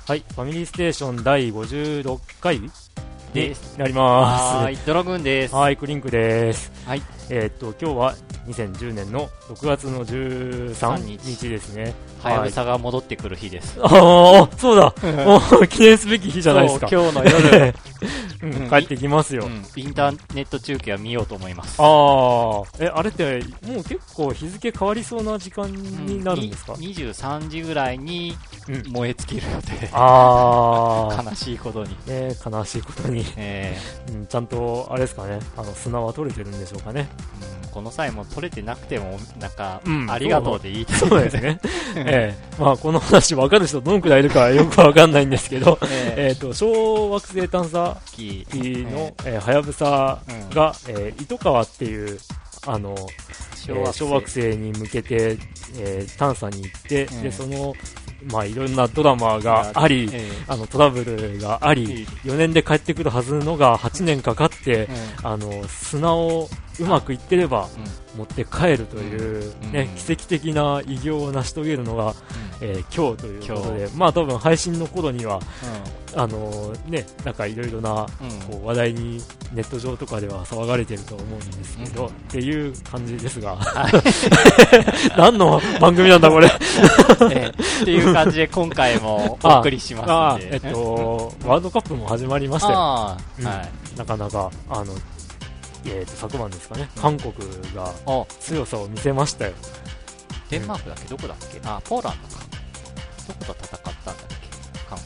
はい、ファミリーステーション第56回でなります。 はい、ドラグーンです。 はい、クリンクです。 はい。 今日は2010年の6月の13日ですね。 はやぶさが戻ってくる日です。 ああ、そうだ。記念すべき日じゃないですか。 今日の夜、 帰ってきますよ、 インターネット中継は見ようと思います。 あれってもう結構日付変わりそうな時間になるんですか ？23時ぐらいに燃え尽きる予定。悲しいことに。 悲しいことに。ちゃんと、あれですかね、砂は取れてるんでしょうかね。 この際も取れてなくても、なんか、ありがとうでいいですね。そうですね。まあ、この話分かる人どのくらいいるかよく分かんないんですけど、小惑星探査機のはやぶさが、糸川っていう、小惑星に向けて、探査に行って、で、その、まあ、いろんなドラマがあり、トラブルがあり、4年で帰ってくるはずのが8年かかって、砂をうまくいってれば持って帰るというね、奇跡的な偉業を成し遂げるのが、今日ということで、まあ多分配信の頃には、なんかいろいろなこう話題にネット上とかでは騒がれてると思うんですけど、っていう感じですが、何の番組なんだこれっていう感じで今回もお送りしますので、 ワールドカップも始まりましたよ。なかなか昨晩ですかね、韓国が強さを見せましたよ。 デンマークだっけ、どこだっけ、ポーランドか。どこと戦ったんだっけ、韓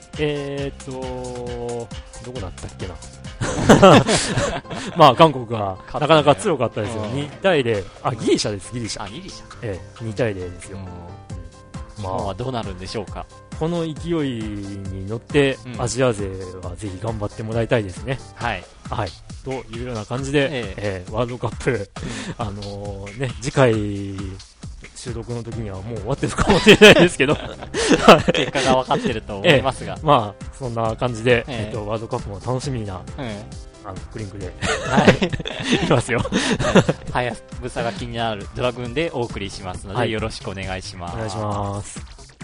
国。どこだったっけな。まあ、韓国がなかなか強かったですよ。2対0。ギリシャです、ギリシャ。2対0ですよ。 日本はどうなるんでしょうか。 この勢いに乗って、アジア勢はぜひ頑張ってもらいたいですね。はい。というような感じで、ワールドカップ、次回、収録の時にはもう終わってるかもしれないですけど結果が分かってると思いますが、 まあそんな感じで、ワールドカップも楽しみな、クリンクでいきますよ。 はやぶさが気になるドラグーンでお送りしますので、よろしくお願いします。 お願いします。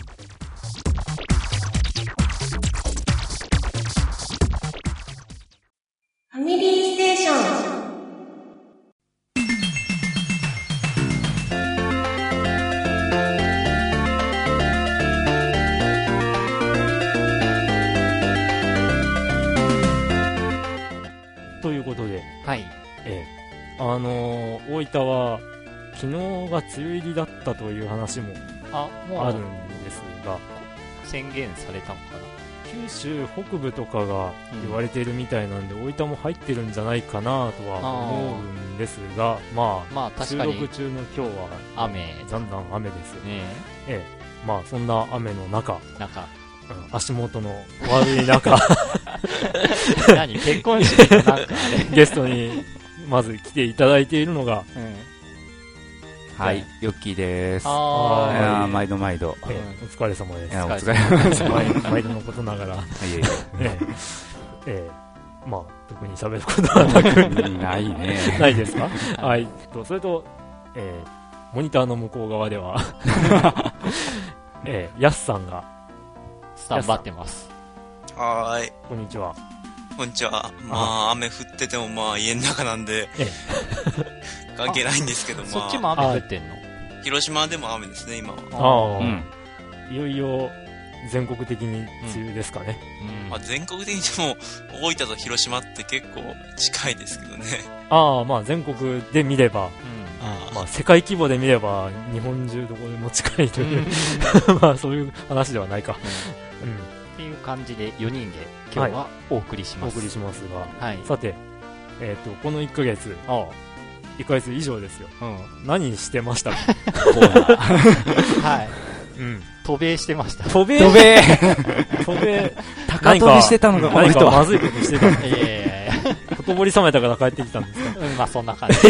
ファミリーステーション。 ということで、 はい。 大分は昨日が梅雨入りだったという話もあるんですが、 宣言されたのかな。 九州北部とかが言われているみたいなんで、大分も入ってるんじゃないかなとは思うんですが、まあ収録中の今日はだんだん雨ですよね。まあそんな雨の中、足元の悪い中何、結婚式のなんかゲストにまず来ていただいているのが、 はい、ヨッキーです。毎度毎度。 お疲れ様です。 お疲れ様です。 毎度のことながら。まあ、特に喋ることはなく。 ないね。 ないですか？はい。それと、モニターの向こう側では、ヤスさんが、 スタンバってます。 はーい。 こんにちは。 こんにちは。まあ、雨降っててもまあ、家の中なんで、関係ないんですけど、まあ。 そっちも雨降ってんの？ 広島でも雨ですね、今は。 いよいよ、全国的に梅雨ですかね。 まあ、全国的にも、大分と広島って結構近いですけどね。 まあ、全国で見れば、まあ、世界規模で見れば、日本中どこでも近いという、まあ、そういう話ではないか。 っていう感じで4人で今日はお送りします。 お送りしますが、さて、この1ヶ月、1ヶ月以上ですよ。何してましたか？ はい。渡米してました。 渡米高飛びしてたのか、この人は。 まずいことしてたんですか？ほとぼり冷めたから帰ってきたんですか？ まあそんな感じ。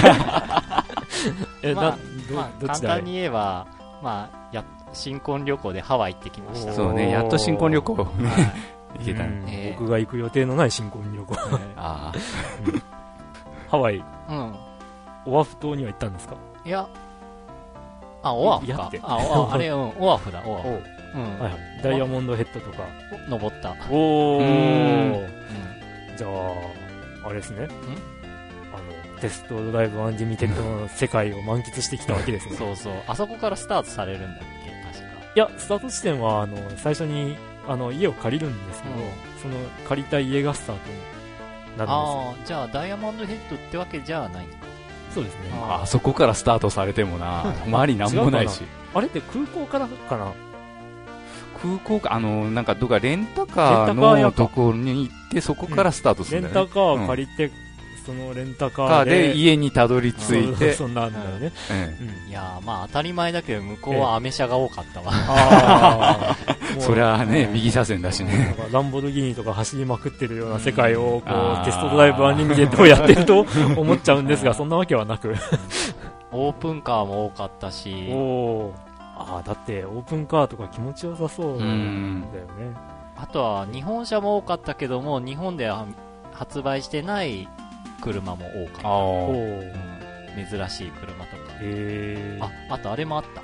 簡単に言えば、まあ、新婚旅行でハワイ行ってきました。 そうね、やっと新婚旅行行けたね。僕が行く予定のない新婚旅行。ハワイ、オアフ島には行ったんですか？ いや、 オアフか。あれ、オアフだ、オアフ。 はいはい。ダイヤモンドヘッドとか。 登った。 おー。じゃあ、あれですね。テストドライブアンリミテッドの世界を満喫してきたわけですね。 そうそう。あそこからスタートされるんだっけ、確か。 いや、スタート地点は、最初に、家を借りるんですけど、その借りた家がスタートになるんですよ。 ああ、じゃあダイヤモンドヘッドってわけじゃない。 そうですね。 あそこからスタートされてもな、周りなんもないし。 あれって空港からかな？ 空港か、なんかどっかレンタカーのところに行って、そこからスタートするんだよね。 レンタカーを借りて、そのレンタカーで家にたどり着いて。 そんなんだよね。 いやまあ当たり前だけど、向こうはアメ車が多かったわ。 そりゃね、右車線だしね。 ランボルギーニとか走りまくってるような世界を、テストドライブアンリミテッドをやってると思っちゃうんですが、そんなわけはなく。 オープンカーも多かったし。 だってオープンカーとか気持ちよさそうだよね。 あとは日本車も多かったけども、日本では発売してない車も多かった。珍しい車とか。あとあれもあった。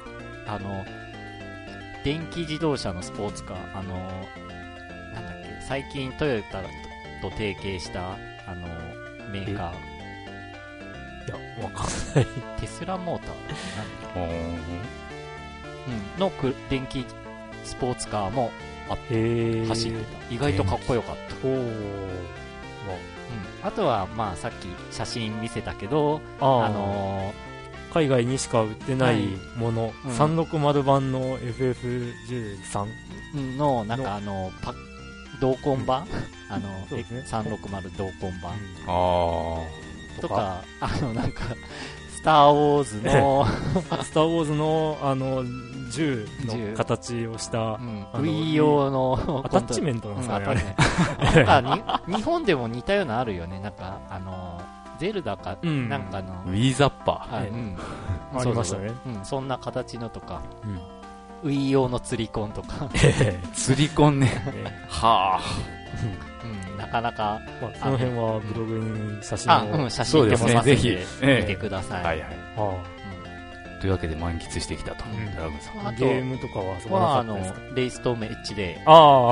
電気自動車のスポーツカー、なんだっけ、最近トヨタと提携したメーカー。 いや、わかんない。 テスラモーターの電気スポーツカーも走ってた。意外とかっこよかった。あとは、まあ、さっき写真見せたけど、 海外にしか売ってないもの、360版の FF13 の、なんか同梱版360同梱版とか、なんか、スター・ウォーズのスター・ウォーズの銃の形をした、 Wii 用のアタッチメントなんですかね。 日本でも似たようなあるよね。なんか、ゼルダか、なんかの。 ウィーザッパー。 ありましたね。 そんな形のとか、Wii 用の釣りコンとか。 釣りコンね。はぁ。なかなか。 その辺はブログに写真を。 写真でもさせて見てください。 はいはい。というわけで満喫してきたと。ドラムさん。 ゲームとかはそこはレイストームエッジで。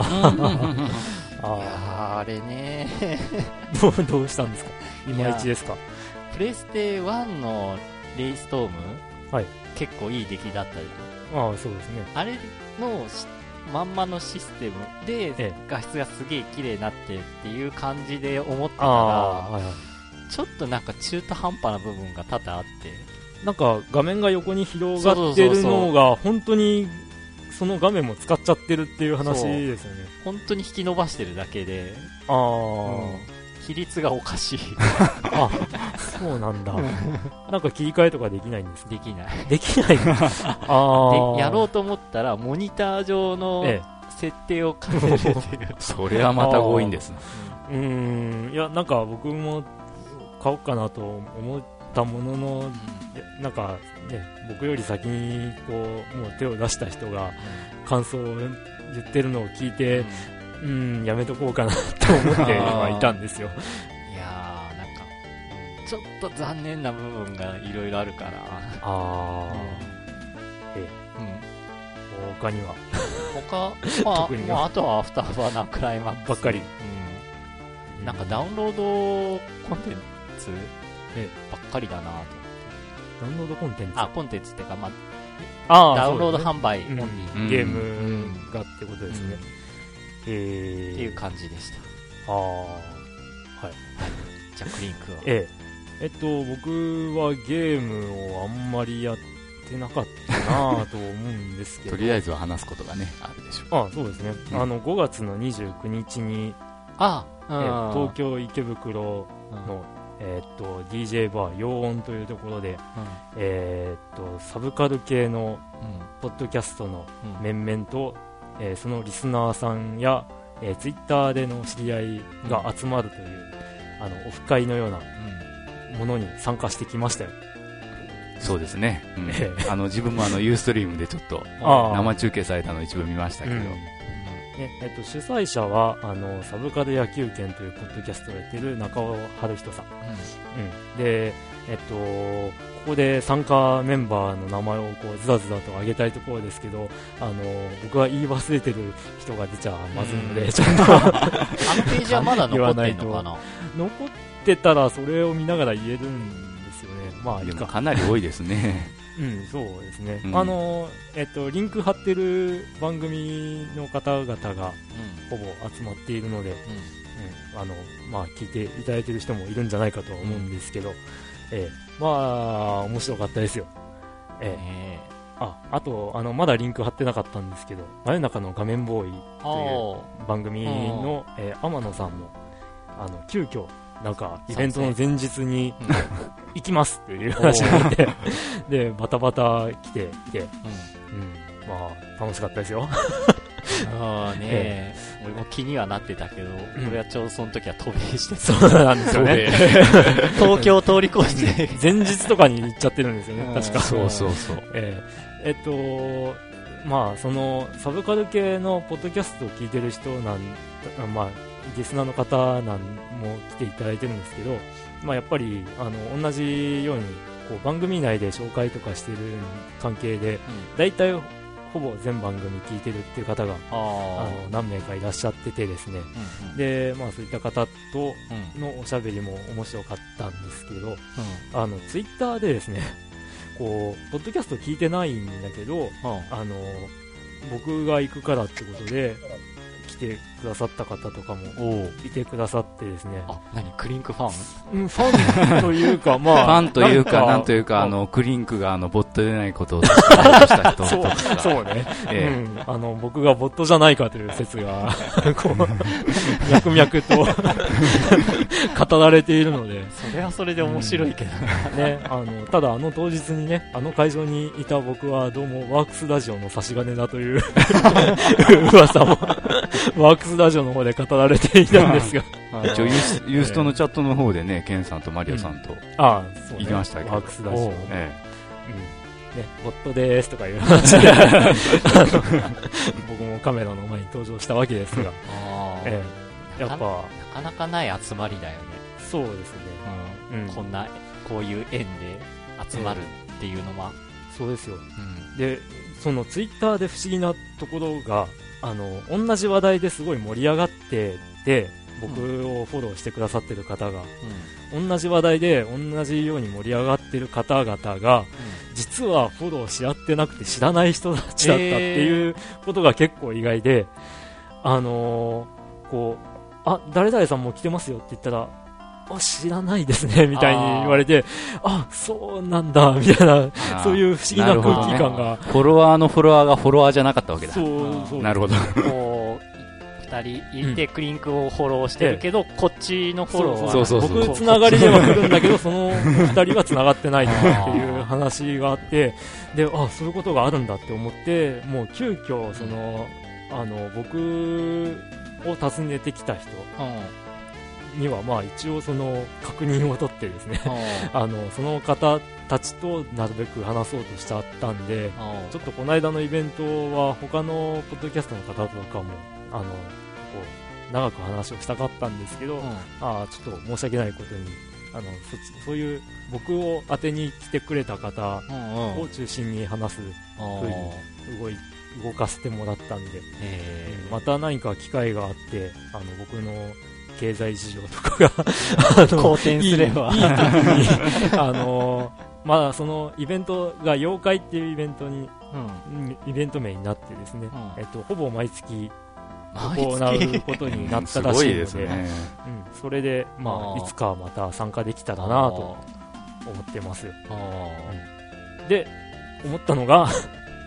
あれね。 どうしたんですか？いまいちですか？ プレステ1のレイストーム結構いい出来だったりと。 そうですね。 あれのまんまのシステムで画質がすげえ綺麗になってっていう感じで思ってたら、ちょっとなんか中途半端な部分が多々あって、 なんか画面が横に広がってるのが本当にその画面も使っちゃってるっていう話ですよね。 本当に引き伸ばしてるだけで、比率がおかしい。 そうなんだ。なんか切り替えとかできないんですか？ できない。 できない。でやろうと思ったらモニター上の設定を変えるっていう。 それはまた強引ですね。いや、なんか僕も買おうかなと思ったものの、なんかね、僕より先にもう手を出した人が感想を言ってるのを聞いて、やめとこうかなと思ってはいたんですよ。 いやー、なんかちょっと残念な部分がいろいろあるから。 他には特にあとはアフターバーナークライマックスばっかり。 なんかダウンロードコンテンツばっかりだなと思って。 ダウンロードコンテンツコンテンツっていうか、ダウンロード販売オンリーゲームがってことですね。 っていう感じでした。 はい。 じゃあクリンクは。 僕はゲームをあんまりやってなかったなと思うんですけど。 とりあえずは話すことがね、あるでしょう。 そうですね。5月の29日に、東京池袋の、DJ バー陽音というところで、サブカル系のポッドキャストの面々と、そのリスナーさんや、ツイッターでの知り合いが集まるという、オフ会のようなものに参加してきましたよ。 そうですね。自分もユーストリームでちょっと生中継されたのを一部見ましたけど。 主催者はサブカル野球拳というポッドキャストをやっている中尾春人さん、で、 ここで参加メンバーの名前をこうずらずらと挙げたいところですけど、僕が言い忘れてる人が出ちゃまずいので、ちゃんとあのページはまだ残ってんのかな。 残ってたらそれを見ながら言えるんですよね。まあいいか。 でもかなり多いですね。 うん、そうですね。 うん、 リンク貼ってる番組の方々がほぼ集まっているので、まあ聞いていただいてる人もいるんじゃないかとは思うんですけど、まあ面白かったですよ。あとまだリンク貼ってなかったんですけど、真夜中の画面ボーイという番組の、天野さんも急遽なんかイベントの前日に行きますっていう話になってでバタバタ来ていて、まあ楽しかったですよ。 俺も気にはなってたけど、俺はちょうどその時は渡米してそうなんですよね。 東京を通り越して前日とかに行っちゃってるんですよね、確か。 そうそうそう。 まあそのサブカル系のポッドキャストを聞いてる人まあリスナーの方も来ていただいてるんですけど、まあやっぱり同じようにこう番組内で紹介とかしてる関係で、大体ほぼ全番組聞いてるっていう方が何名かいらっしゃっててですね、でまあそういった方とのおしゃべりも面白かったんですけど、ツイッターでですね、こうポッドキャスト聞いてないんだけど、僕が行くからってことで来てくださった方とかもいてくださってですね。 何クリンクファン？ ファンというか、まあファンというか、なんというか、クリンクがボットでないことをした人とか。 そうね。僕がボットじゃないかという説が、こう、脈々と語られているので。 それはそれで面白いけどね。ただ当日にね、会場にいた僕はどうもワークスラジオの差し金だという噂も、ワークスラジオの方で語られていたんですが。 一応ユーストのチャットの方でね、ケンさんとマリオさんと行きましたけど、 ワークスラジオ。 ね、 ボットでーすとかいう話で僕もカメラの前に登場したわけですが、やっぱなかなかない集まりだよね。 そうですね、 こういう縁で集まるっていうのは、 そうですよ、でそのツイッターで不思議なところが同じ話題ですごい盛り上がってて、僕をフォローしてくださってる方が、同じ話題で同じように盛り上がってる方々が、実はフォローし合ってなくて知らない人たちだったっていうことが結構意外で、誰々さんも来てますよって言ったら、知らないですねみたいに言われて、そうなんだみたいな、そういう不思議な空気感が、 フォロワーのフォロワーがフォロワーじゃなかったわけだ。 そうなるほど。 2人いてクリンクをフォローしてるけど、こっちのフォローは僕つながりでは来るんだけど、その2人はつながってないっていう話があって、でそういうことがあるんだって思って、もう急遽僕を訪ねてきた人には一応その確認を取ってですねその方たちとなるべく話そうとしちゃったんで、ちょっとこの間のイベントは他のポッドキャストの方とかもこう長く話をしたかったんですけど、ちょっと申し訳ないことにそういう僕を当てに来てくれた方を中心に話す風に動かせてもらったんで、また何か機会があって僕の経済事情とかが好転すればいい時にそのイベントが妖怪っていうイベントに、イベント名になってですね、ほぼ毎月行うことになったらしいので、それでいつかまた参加できたらなと思ってますよ。で思ったのが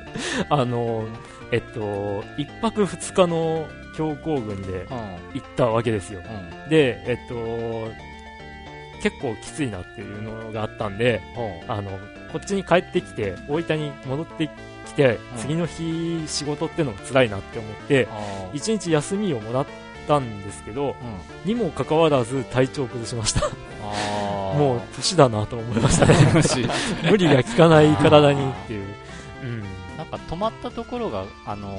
一泊二日の強行軍で行ったわけですよ。で結構きついなっていうのがあったんで、こっちに帰ってきて大分に戻ってきて、次の日仕事ってのが辛いなって思って1日休みをもらったんですけど、にもかかわらず体調を崩しました。もう年だなと思いましたね。無理が効かない体にっていう。 なんか泊まったところが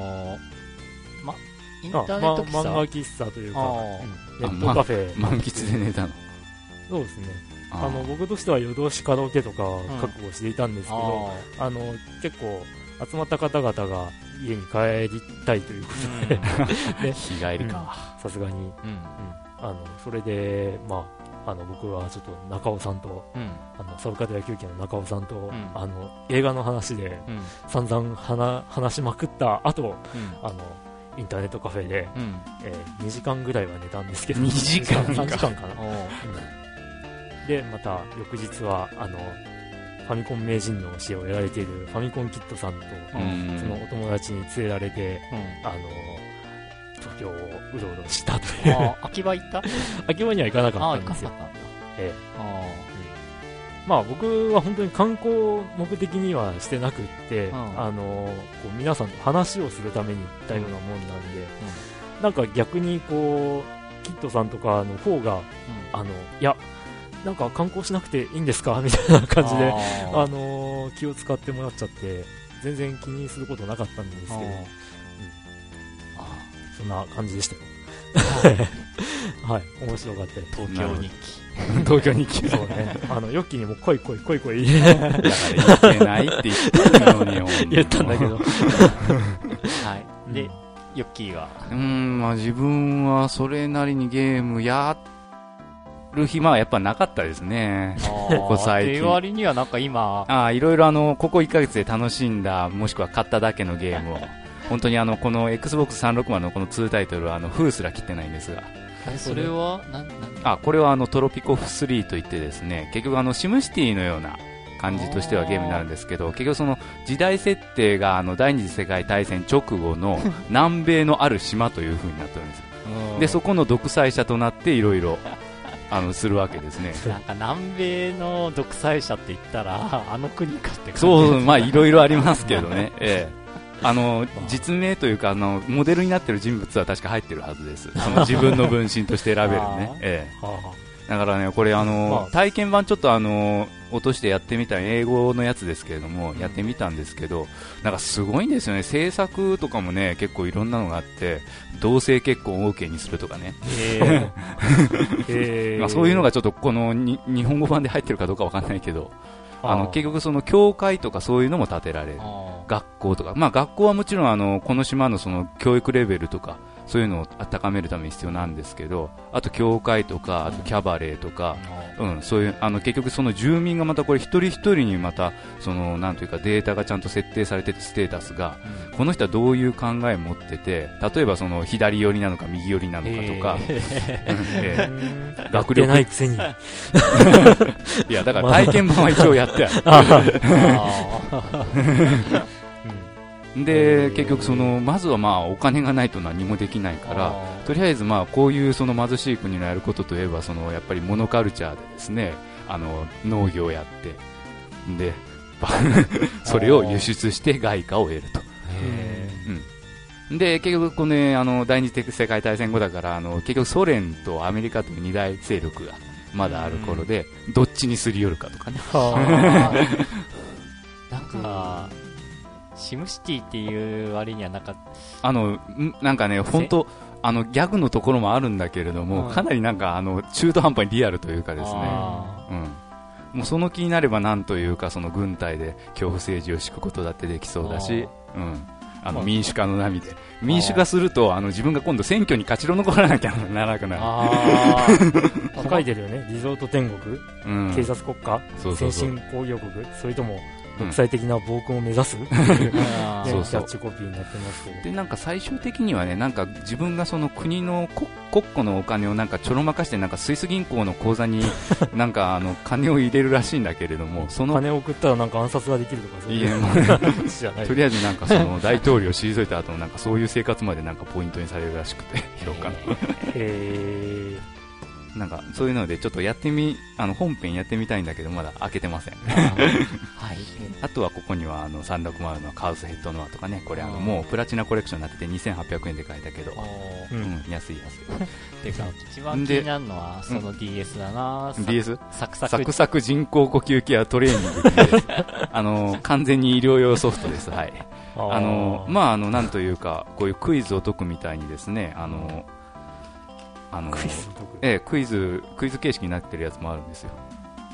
インターネット喫茶、 漫画喫茶というか、ネットカフェ。 満喫で寝たの。 そうですね。 僕としては夜通しカラオケとか覚悟していたんですけど、結構集まった方々が家に帰りたいということで、 ね、日帰りか、 さすがに、それで、僕はちょっと中尾さんと、サブカル野球機の中尾さんと、映画の話で、散々話しまくった後、インターネットカフェで、2時間ぐらいは寝たんですけど、 2時間 3時間かな。で、また翌日は、ファミコン名人の教えをやられているファミコンキットさんと、そのお友達に連れられて、東京をうろうろしたという。 秋葉行った？ 秋葉には行かなかったんですよ。僕は本当に観光目的にはしてなくって、皆さんと話をするために行ったようなもんなんで、なんか逆にこう、キッドさんとかの方が、いや、なんか観光しなくていいんですかみたいな感じで、気を使ってもらっちゃって、全然気にすることなかったんですけど、そんな感じでしたよ。はい、面白かったです。 東京日記。 東京日記。 そうね。ヨッキーにも来い。 だから行けないって言ってるのに、 言ったんだけど。 はい。で、ヨッキーは自分はそれなりにゲームやる暇はやっぱなかったですね。ここ最近。 っていう割にはなんか今。 いろいろここ1ヶ月で楽しんだ、もしくは買っただけのゲームを。本当にこの Xbox 360のこの2タイトルは封すら切ってないんですが。 それはこれはトロピコフ3といってですね、結局シムシティのような感じとしてはゲームになるんですけど、結局その時代設定が第二次世界大戦直後の南米のある島という風になってるんですよ。で、そこの独裁者となっていろいろするわけですね。 なんか南米の独裁者って言ったら国かって感じ。 そう、いろいろありますけどね。実名というかモデルになっている人物は確か入ってるはずです。その自分の分身として選べるね。だからね、これ体験版ちょっと落としてやってみた英語のやつですけれども、やってみたんですけど、なんかすごいんですよね。制作とかもね、結構いろんなのがあって、同性結婚を OK にするとかね。そういうのがちょっとこの日本語版で入ってるかどうかわかんないけど、結局その教会とかそういうのも建てられる。学校とか。学校はもちろんこの島のその教育レベルとか、そういうのを高めるために必要なんですけど、あと教会とか、あとキャバレーとか、そういう結局その住民がまたこれ一人一人にまたそのなんというかデータがちゃんと設定されてて、ステータスが、この人はどういう考えを持ってて、例えばその左寄りなのか右寄りなのかとか、 学力ないくせに。 いやだから体験版は一応やってで、結局まずはお金がないと何もできないから、とりあえずこういうその貧しい国のやることといえば、やっぱりモノカルチャーでですね、農業をやって、で、それを輸出して外貨を得ると。で、結局第二次世界大戦後だから、結局ソ連とアメリカという二大勢力がまだある頃で、どっちにすり寄るかとかね。 なんか、シムシティっていう割にはなんかね、本当ギャグのところもあるんだけれども、かなりなんか中途半端にリアルというかですね、もうその気になればなんというかその軍隊で恐怖政治を敷くことだってできそうだし、民主化の波で民主化すると自分が今度選挙に勝ち残らなきゃならなくなる。 書いてるよね。リゾート天国、警察国家、先進工業国、それとも独裁的な暴君を目指すキャッチコピーになってますけど、 でなんか最終的にはね、なんか自分がその国の国庫のお金をなんかちょろまかして、なんかスイス銀行の口座になんか金を入れるらしいんだけれども、その金を送ったらなんか暗殺ができるとか、そういう話じゃない。とりあえずなんかその大統領を退いた後のなんかそういう生活までなんかポイントにされるらしくて、評価の。なんかそういうのでちょっと本編やってみたいんだけどまだ開けてません。あとはここには360のカウスヘッドノアとかね、これもうプラチナコレクションになってて2800円で買えたけど、安い。 てか一番気になるのはその DS だな。 DS？ サクサク人工呼吸器やトレーニングです。完全に医療用ソフトです。はい。なんというかこういうクイズを解くみたいにですね、クイズ形式になってるやつもあるんですよ。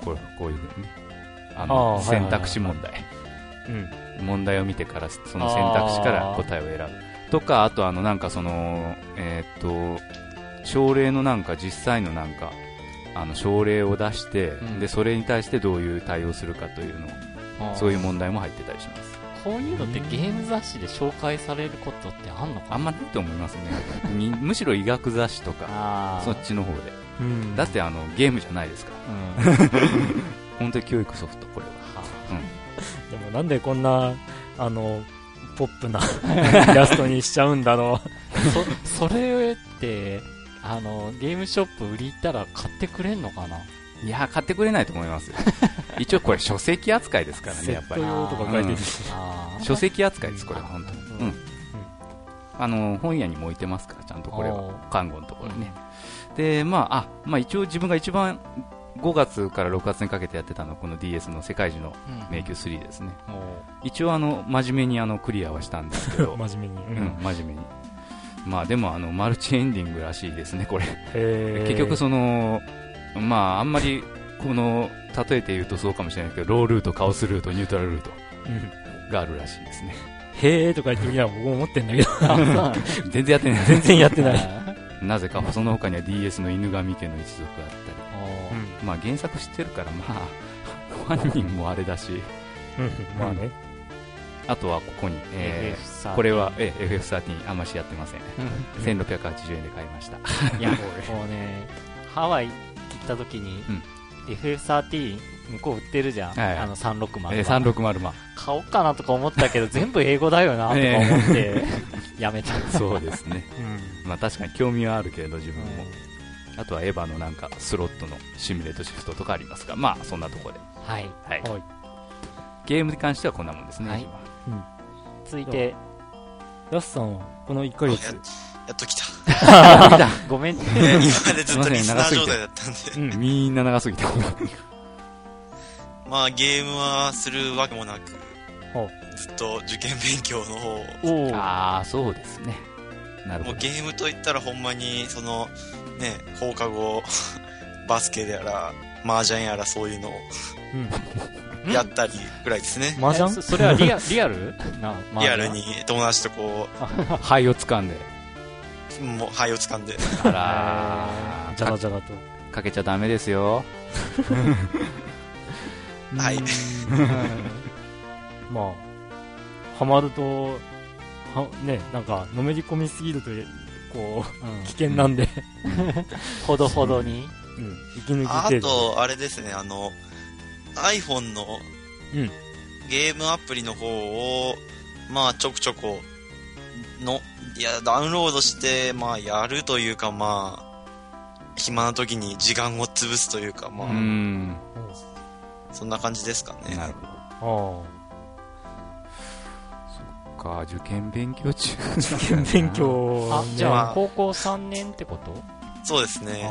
こういうふうにね、選択肢問題、問題を見てからその選択肢から答えを選ぶとか、あとなんかその症例のなんか実際のなんか症例を出して、でそれに対してどういう対応するかというのを、そういう問題も入ってたりします。 こういうのってゲーム雑誌で紹介されることってあんのかな？ あんまないと思いますねむしろ医学雑誌とかそっちの方で、だってゲームじゃないですから、本当に教育ソフト、これは、 でもなんでこんなポップなイラストにしちゃうんだろうそれってゲームショップ売り行ったら買ってくれんのかな？ いや、買ってくれないと思います一応これ書籍扱いですからね、やっぱり。 セット用とか書いてるし、 書籍扱いです、これは本当に。本屋にも置いてますから、ちゃんとこれは看護のところにね。で、一応自分が一番5月から6月にかけてやってたのはこの DS の世界中の迷宮3ですね。一応真面目にクリアはしたんですけど真面目に、 真面目に。でもマルチエンディングらしいですね、これ。結局そのあんまりこの例えて言うとそうかもしれないけど、ロールート、カオスルート、ニュートラルルートがあるらしいですね。 へーとか言ってみたら僕も思ってんだけど全然やってない全然やってないなぜかその他には DS の犬神家の一族があったり、原作知ってるからファン人もあれだし、あとはここに、これは、FF13 あんましやってません1680円で買いましたいやもうね、ハワイ行った時に、FF13 向こう売ってるじゃん、360、 360 買おうかなとか思ったけど全部英語だよなとか思ってやめたそうですね、確かに興味はあるけれど自分も、あとはエヴァのなんかスロットのシミュレートシフトとかありますが、そんなところで、ゲームに関してはこんなもんですね。 続いてヤスさんはこの1ヶ月やっと来たごめんね今までずっとリスナー状態だったんでみんな長すぎてゲームはするわけもなく、ずっと受験勉強の方を。 そうですね。なるほど。 もうゲームといったらほんまにそのね、放課後バスケでやら麻雀やらそういうのをやったりぐらいですね。 麻雀？それはリアル？ リアルに友達とこう灰を掴んで、 もう灰を掴んで、 じゃがじゃがとかけちゃダメですよ。 はい。 ハマるとなんかのめり込みすぎるとこう危険なんでほどほどに、 息抜き程度。 あとあれですね、iPhone のゲームアプリの方をちょくちょこダウンロードしてやるというか、暇な時に時間を潰すというか、そんな感じですかね。 なるほど。そっか、受験勉強中。 受験勉強、 じゃあ高校3年ってこと？ そうですね。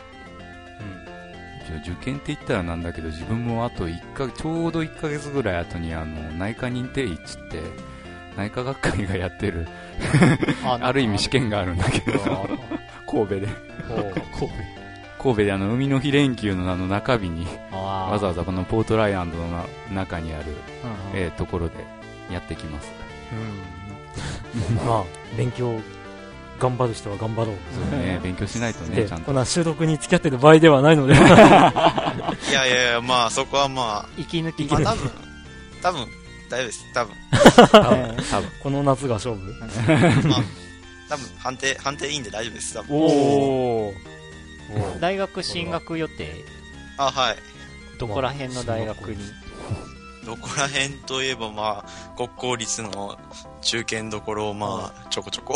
受験って言ったらなんだけど、自分もあとちょうど1ヶ月ぐらい後に内科認定医って内科学会がやってるある意味試験があるんだけど神戸で神戸で海の日連休の中日にわざわざこのポートライアンドの中にある、ところでやってきます。 勉強頑張る人は頑張ろう。 そうね、勉強しないとね、ちゃんと。 こんな収録に付き合ってる場合ではないので。いや、そこは息抜き。 多分、大丈夫です。多分。 この夏が勝負。 多分、判定いいんで大丈夫です。多分。 大学進学予定？ はい。 どこら辺の大学に？ どこら辺といえば国公立の中堅どころをちょこちょこ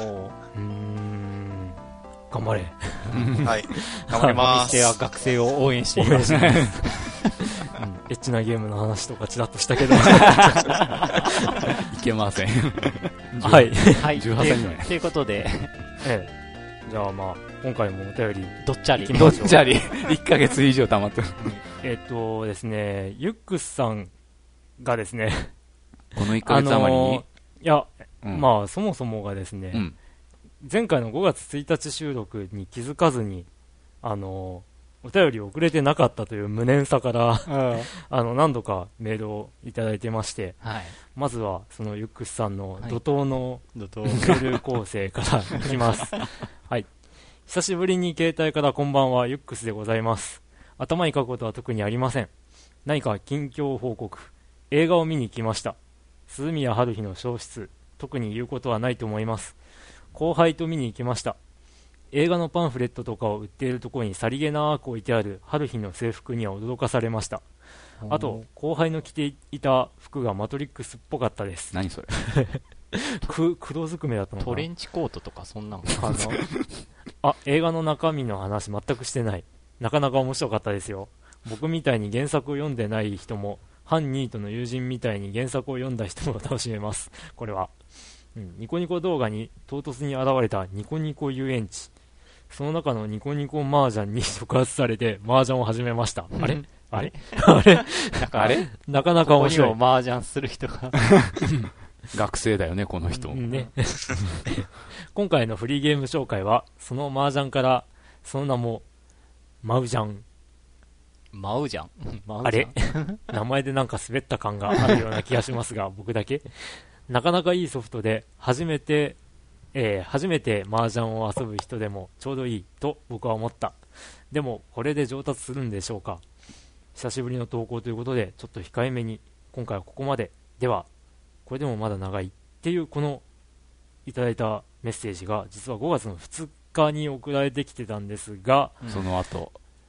頑張れ。 はい、頑張ります。 お店は学生を応援しています。 エッチなゲームの話とかちらっとしたけどいけません。 はい。 18歳ぐらい。 ということで、 じゃあ今回もお便りどっちゃり 1ヶ月以上溜まってる。 ですね、ユックスさんがですね、 この1ヶ月余りに、 いや、そもそもがですね、前回の5月1日収録に気づかずに、 お便り送れてなかったという無念さから何度かメールをいただいてまして、はい、まずはそのユックスさんの怒涛のメール構成からいきます。はい。久しぶりに携帯からこんばんは、ユックスでございます。頭に書くことは特にありません。何か近況報告。映画を見に行きました。鈴宮春日の消失。特に言うことはないと思います。後輩と見に行きました。映画のパンフレットとかを売っているところにさりげなく置いてある春日の制服には驚かされました。あと後輩の着ていた服がマトリックスっぽかったです。 何それ黒ずくめだったのかな。 トレンチコートとかそんなの映画の中身の話全くしてない。なかなか面白かったですよ。僕みたいに原作を読んでない人もハン・ニートの友人みたいに原作を読んだ人も楽しめます。これは、ニコニコ動画に唐突に現れたニコニコ遊園地、その中のニコニコ麻雀に触発されて麻雀を始めました。あれなかなか面白い。 ここにも麻雀する人が学生だよねこの人、 ね、今回のフリーゲーム紹介はその麻雀からその名もマウジャン。 マウジャンあれ名前でなんか滑った感があるような気がしますが僕だけなかなかいいソフトで初めて麻雀を遊ぶ人でもちょうどいいと僕は思った。でもこれで上達するんでしょうか。久しぶりの投稿ということでちょっと控えめに今回はここまで。ではこれでもまだ長いっていうこのいただいたメッセージが実は5月の2日に送られてきてたんですが、 その後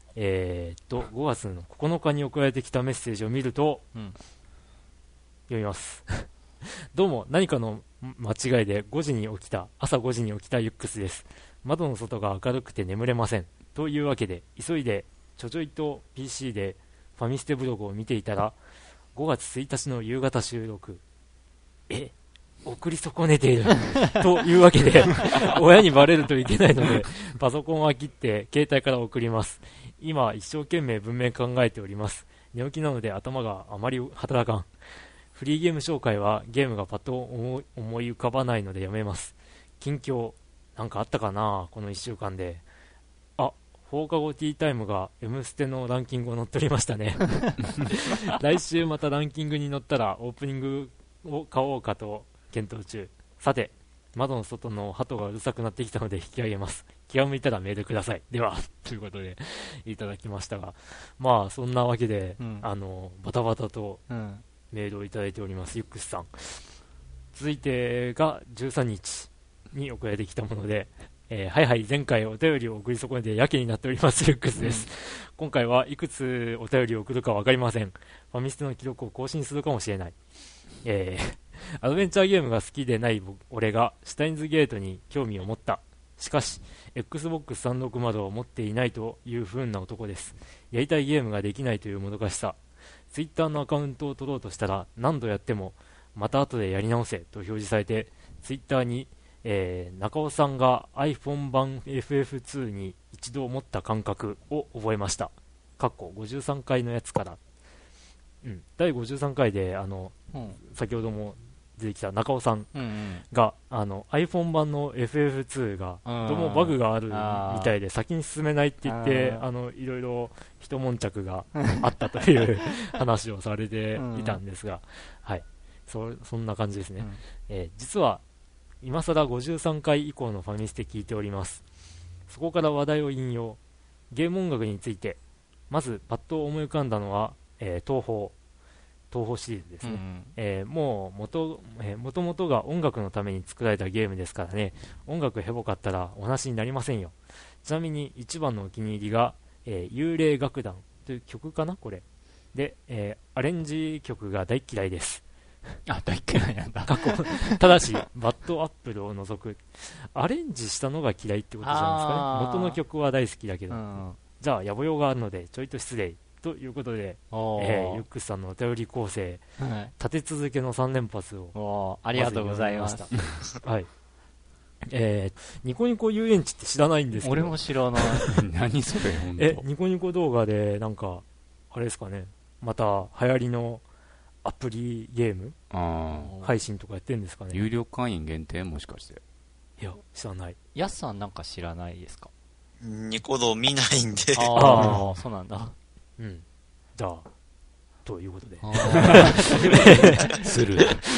5月の9日に送られてきたメッセージを見ると、読みますどうも何かの間違いで朝5時に起きたユックスです。窓の外が明るくて眠れません。というわけで急いでちょちょいと PC でファミステブログを見ていたら5月1日の夕方収録、送り損ねているというわけで親にバレるといけないのでパソコンは切って携帯から送ります。今一生懸命文面考えております。寝起きなので頭があまり働かん。フリーゲーム紹介はゲームがパッと思い浮かばないのでやめます。近況なんかあったかなこの1週間で。放課後ティータイムが M ステのランキングを載っておりましたね来週またランキングに載ったらオープニングを買おうかと検討中。さて窓の外の鳩がうるさくなってきたので引き上げます。気が向いたらメールください。ではということでいただきましたが、まあそんなわけで、バタバタとメールをいただいております、ユックスさん。続いてが13日に送られてきたもので、はい前回お便りを送り損ねてやけになっておりますユックスです、今回はいくつお便りを送るか分かりません。ファミステの記録を更新するかもしれない。アドベンチャーゲームが好きでない俺がシュタインズゲートに興味を持った。しかし Xbox360 を持っていないという不運な男です。やりたいゲームができないというもどかしさ。 Twitter のアカウントを取ろうとしたら何度やってもまた後でやり直せと表示されて、 Twitter に中尾さんが iPhone 版 FF2 に一度持った感覚を覚えました。53回のやつから、第53回で先ほども出てきた中尾さんが、iPhone 版の FF2 がどうもバグがあるみたいで先に進めないって言っていろいろ一悶着があったという話をされていたんですが、はい、そんな感じですね。実は今更53回以降のファミステ聞いております。そこから話題を引用。ゲーム音楽についてまずパッと思い浮かんだのは、東宝シリーズですね。もともとが音楽のために作られたゲームですからね、音楽ヘボかったらお話になりませんよ。ちなみに一番のお気に入りが、幽霊楽団という曲かなこれで、アレンジ曲が大嫌いです。 大嫌いなんだただしバッドアップルを除くアレンジしたのが嫌いってことじゃないですかね。元の曲は大好きだけど、じゃあ野暮用があるのでちょいと失礼ということで、ユックスさんのお便り構成、立て続けの3連発をありがとうございましたはい、ニコニコ遊園地って知らないんですけど。 俺も知らない何それ本当。 ニコニコ動画でなんかあれですかね、また流行りのアプリゲーム配信とかやってるんですかね。 有料会員限定もしかして。 いや知らない。 やすさんなんか知らないですか。 ニコ動見ないんで。 ああ、そうなんだ。 うん。じゃあ、ということで。 する。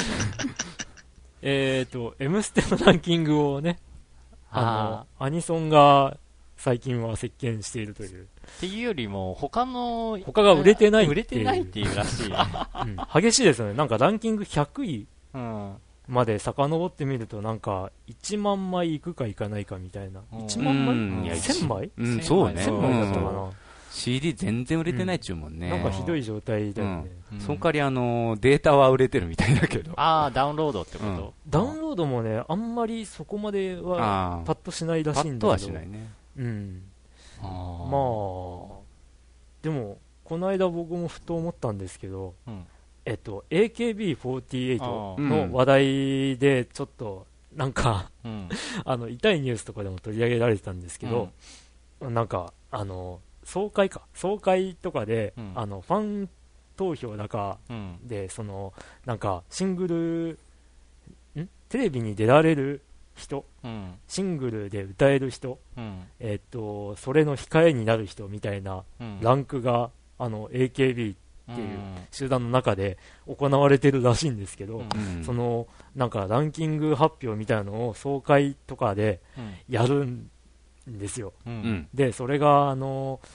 M ステのランキングをね、アニソンが最近は席巻しているという。 っていうよりも、他が売れてないっていうらしい。 激しいですよね。なんかランキング100位まで遡ってみると、なんか1万枚いくかいかないかみたいな。1万枚 ?1000 枚そうね。 1000枚だったかな。 CD 全然売れてないっちゅうもんね。 なんかひどい状態だよね。 その代わりデータは売れてるみたいだけど。 ダウンロードってこと？ ダウンロードもね、あんまりそこまではパッとしないらしいんだけど。 パッとはしないね。 まあ、でも、この間僕もふと思ったんですけど、AKB48 の話題でちょっと、なんか、痛いニュースとかでも取り上げられてたんですけど、なんか、総会とかで、ファン投票だかで、なんか、シングル、テレビに出られる人、シングルで歌える人、それの控えになる人みたいなランクが、AKB っていう集団の中で行われてるらしいんですけど、なんかランキング発表みたいなのを総会とかでやるんですよ。で、それがワイ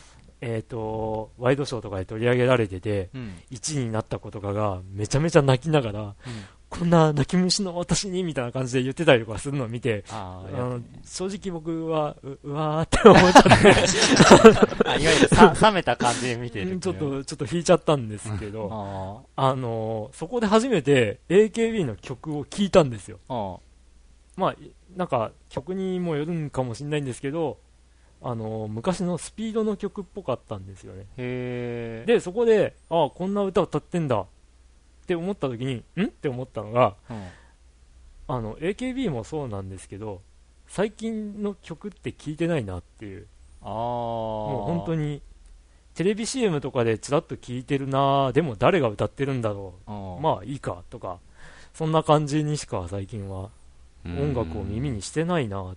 ドショーとかで取り上げられてて、1位になった子とかがめちゃめちゃ泣きながら、こんな泣き虫の私にみたいな感じで言ってたりとかするのを見て、正直僕はうわーって思っちゃっていわゆる冷めた感じで見てる。 ちょっと引いちゃったんですけど、そこで初めて AKB の曲を聴いたんですよ。まあなんか曲にもよるんかもしれないんですけど、昔のスピードの曲っぽかったんですよね。でそこでこんな歌を歌ってんだって思った時にって思ったのが、AKB もそうなんですけど、最近の曲って聴いてないなっていう、もう本当にテレビ CM とかでちらっと聴いてるな、でも誰が歌ってるんだろう、まあいいかとか、そんな感じにしか最近は音楽を耳にしてないなって、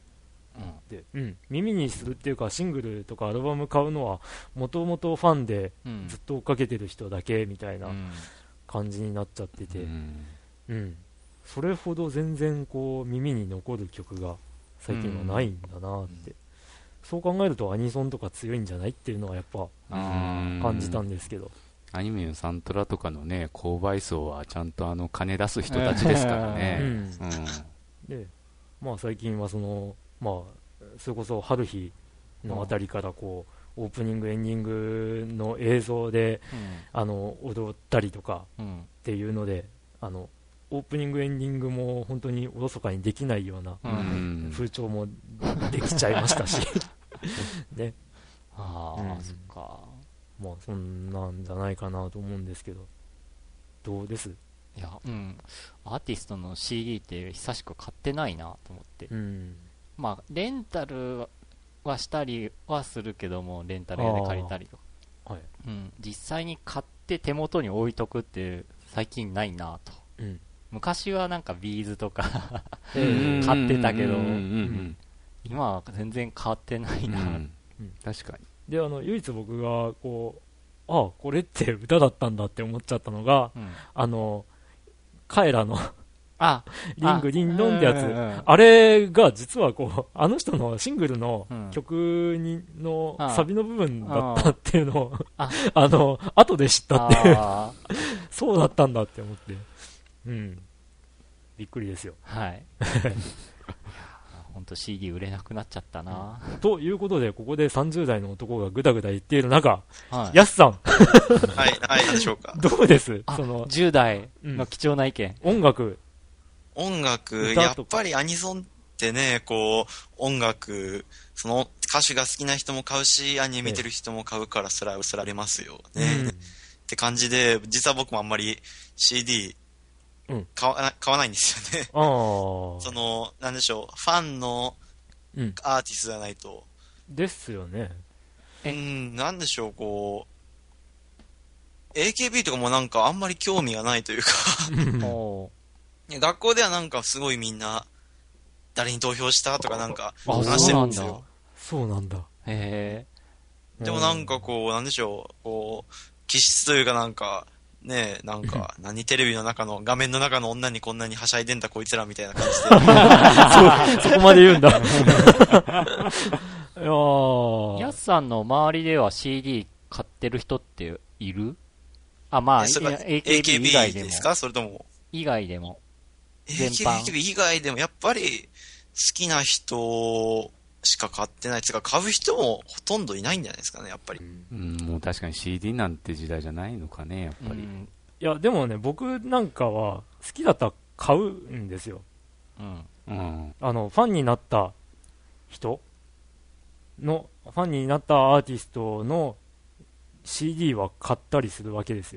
耳にするっていうか、シングルとかアルバム買うのはもともとファンでずっと追っかけてる人だけみたいな感じになっちゃってて、それほど全然こう耳に残る曲が最近はないんだなって、そう考えるとアニソンとか強いんじゃないっていうのはやっぱ感じたんですけど、 アニメのサントラとかのね、購買層はちゃんと金出す人たちですからね。 で、まあ最近はまあそれこそ春日のあたりからこうオープニングエンディングの映像で、踊ったりとかっていうので、オープニングエンディングも本当におろそかにできないような風潮もできちゃいましたしね。 そっか。 まあそんなんじゃないかなと思うんですけど、どうです？ いや、アーティストの CD って久しく買ってないなと思って、まあレンタルはしたりはするけども、レンタル屋で借りたりとか、実際に買って手元に置いとくって最近ないなと。昔はなんかビーズとか買ってたけど、今は全然変わってないな。 確かに。 で、唯一僕がこう、これって歌だったんだって思っちゃったのが、カエラのリングリンロンってやつ、あれが実はこう、あの人のシングルの曲のサビの部分だったっていうのを、後で知ったっていう、そうだったんだって思って、びっくりですよ。 はい。本当 CD 売れなくなっちゃったな。 ということで、ここで30代の男がぐだぐだ言っている中、ヤスさん。 はい、何でしょうか。 どうです？ その10代の貴重な意見。 音楽、 やっぱりアニソンってね、こう、音楽、その歌手が好きな人も買うし、アニメ見てる人も買うから、それは薄られますよね。って感じで、実は僕もあんまり CD、買わないんですよね。なんでしょう、ファンのアーティストじゃないと。 ですよね。 なんでしょう、こう、AKB とかもなんかあんまり興味がないというか学校ではなんかすごいみんな、誰に投票したとかなんか話してるんですよ。 そうなんだ。 へでもなんかこう、なんでしょう、こう、気質というかなんか、ねえ、なんか、何テレビの中の、画面の中の女にこんなにはしゃいでんだこいつらみたいな感じで。 そこまで言うんだ。いやー。やすさんの周りでは CD 買ってる人っている？あ、まあ、AKB 以外でも。 ですか？それとも。 以外でも。 AKB 以外でも、やっぱり、好きな人しか買ってない。つか、買う人もほとんどいないんじゃないですかね、やっぱり。 もう確かに CD なんて時代じゃないのかね、やっぱり。いや、でもね、僕なんかは、好きだったら買うんですよ。ファンになった人の、ファンになったアーティストの CD は買ったりするわけですよ。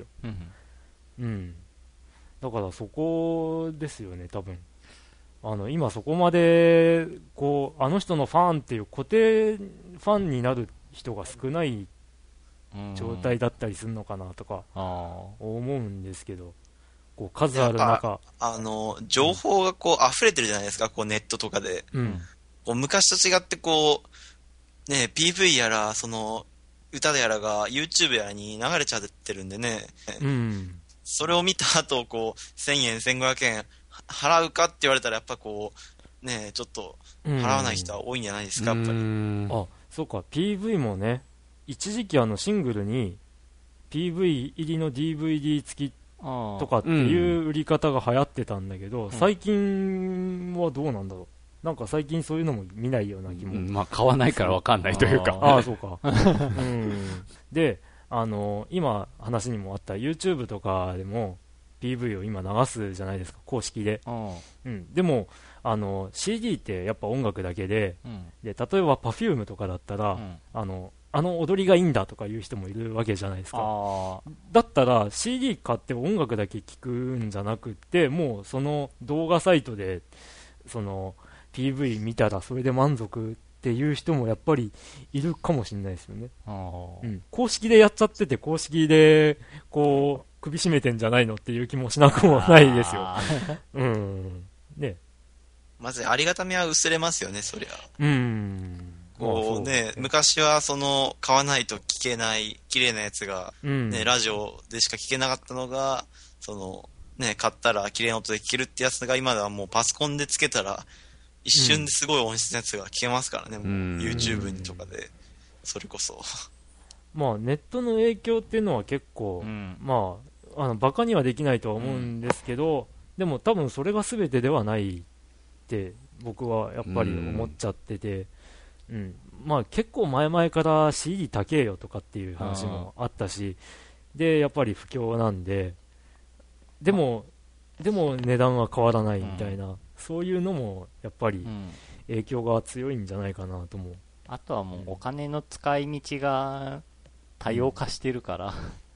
だからそこですよね、多分。今そこまで、こう、あの人のファンっていう固定ファンになる人が少ない状態だったりするのかなとか、思うんですけど、こう、数ある中。 情報がこう溢れてるじゃないですか、こうネットとかで。こう昔と違ってこう、ね、PV やら、その、歌やらが YouTube やらに流れちゃってるんでね。それを見た後、こう、1000円、1500円払うかって言われたら、やっぱこう、ね、ちょっと、払わない人は多いんじゃないですか、やっぱり。 あ、そうか、PV もね、一時期シングルに、PV 入りの DVD 付きとかっていう売り方が流行ってたんだけど、最近はどうなんだろう。なんか最近そういうのも見ないような気も。 まあ、買わないから分かんないというか。 ああ、そうか。で、今話にもあった YouTube とかでも PV を今流すじゃないですか、公式で。でも、CD ってやっぱ音楽だけで、で、例えば Perfume とかだったら、踊りがいいんだとかいう人もいるわけじゃないですか。だったら CD 買って音楽だけ聴くんじゃなくって、もうその動画サイトで、その PV 見たらそれで満足っていう人もやっぱりいるかもしれないですよね。公式でやっちゃってて、公式でこう首絞めてんじゃないのっていう気もしなくもないですよ。ね。 まずありがたみは薄れますよね、そりゃ。こうね、昔はその買わないと聞けない綺麗なやつが、ね、ラジオでしか聞けなかったのが、そのね、買ったら綺麗な音で聞けるってやつが今ではもうパソコンでつけたら一瞬ですごい音質のやつが聞けますからね、もう YouTube にとかで、それこそ。 まあネットの影響っていうのは結構、まあバカにはできないとは思うんですけど、でも多分それが全てではないって僕はやっぱり思っちゃってて、まあ結構前々から CD 高えよとかっていう話もあったし、でやっぱり不況なんで、でも値段は変わらないみたいな、そういうのもやっぱり影響が強いんじゃないかなと思う。 あとはもうお金の使い道が多様化してるから、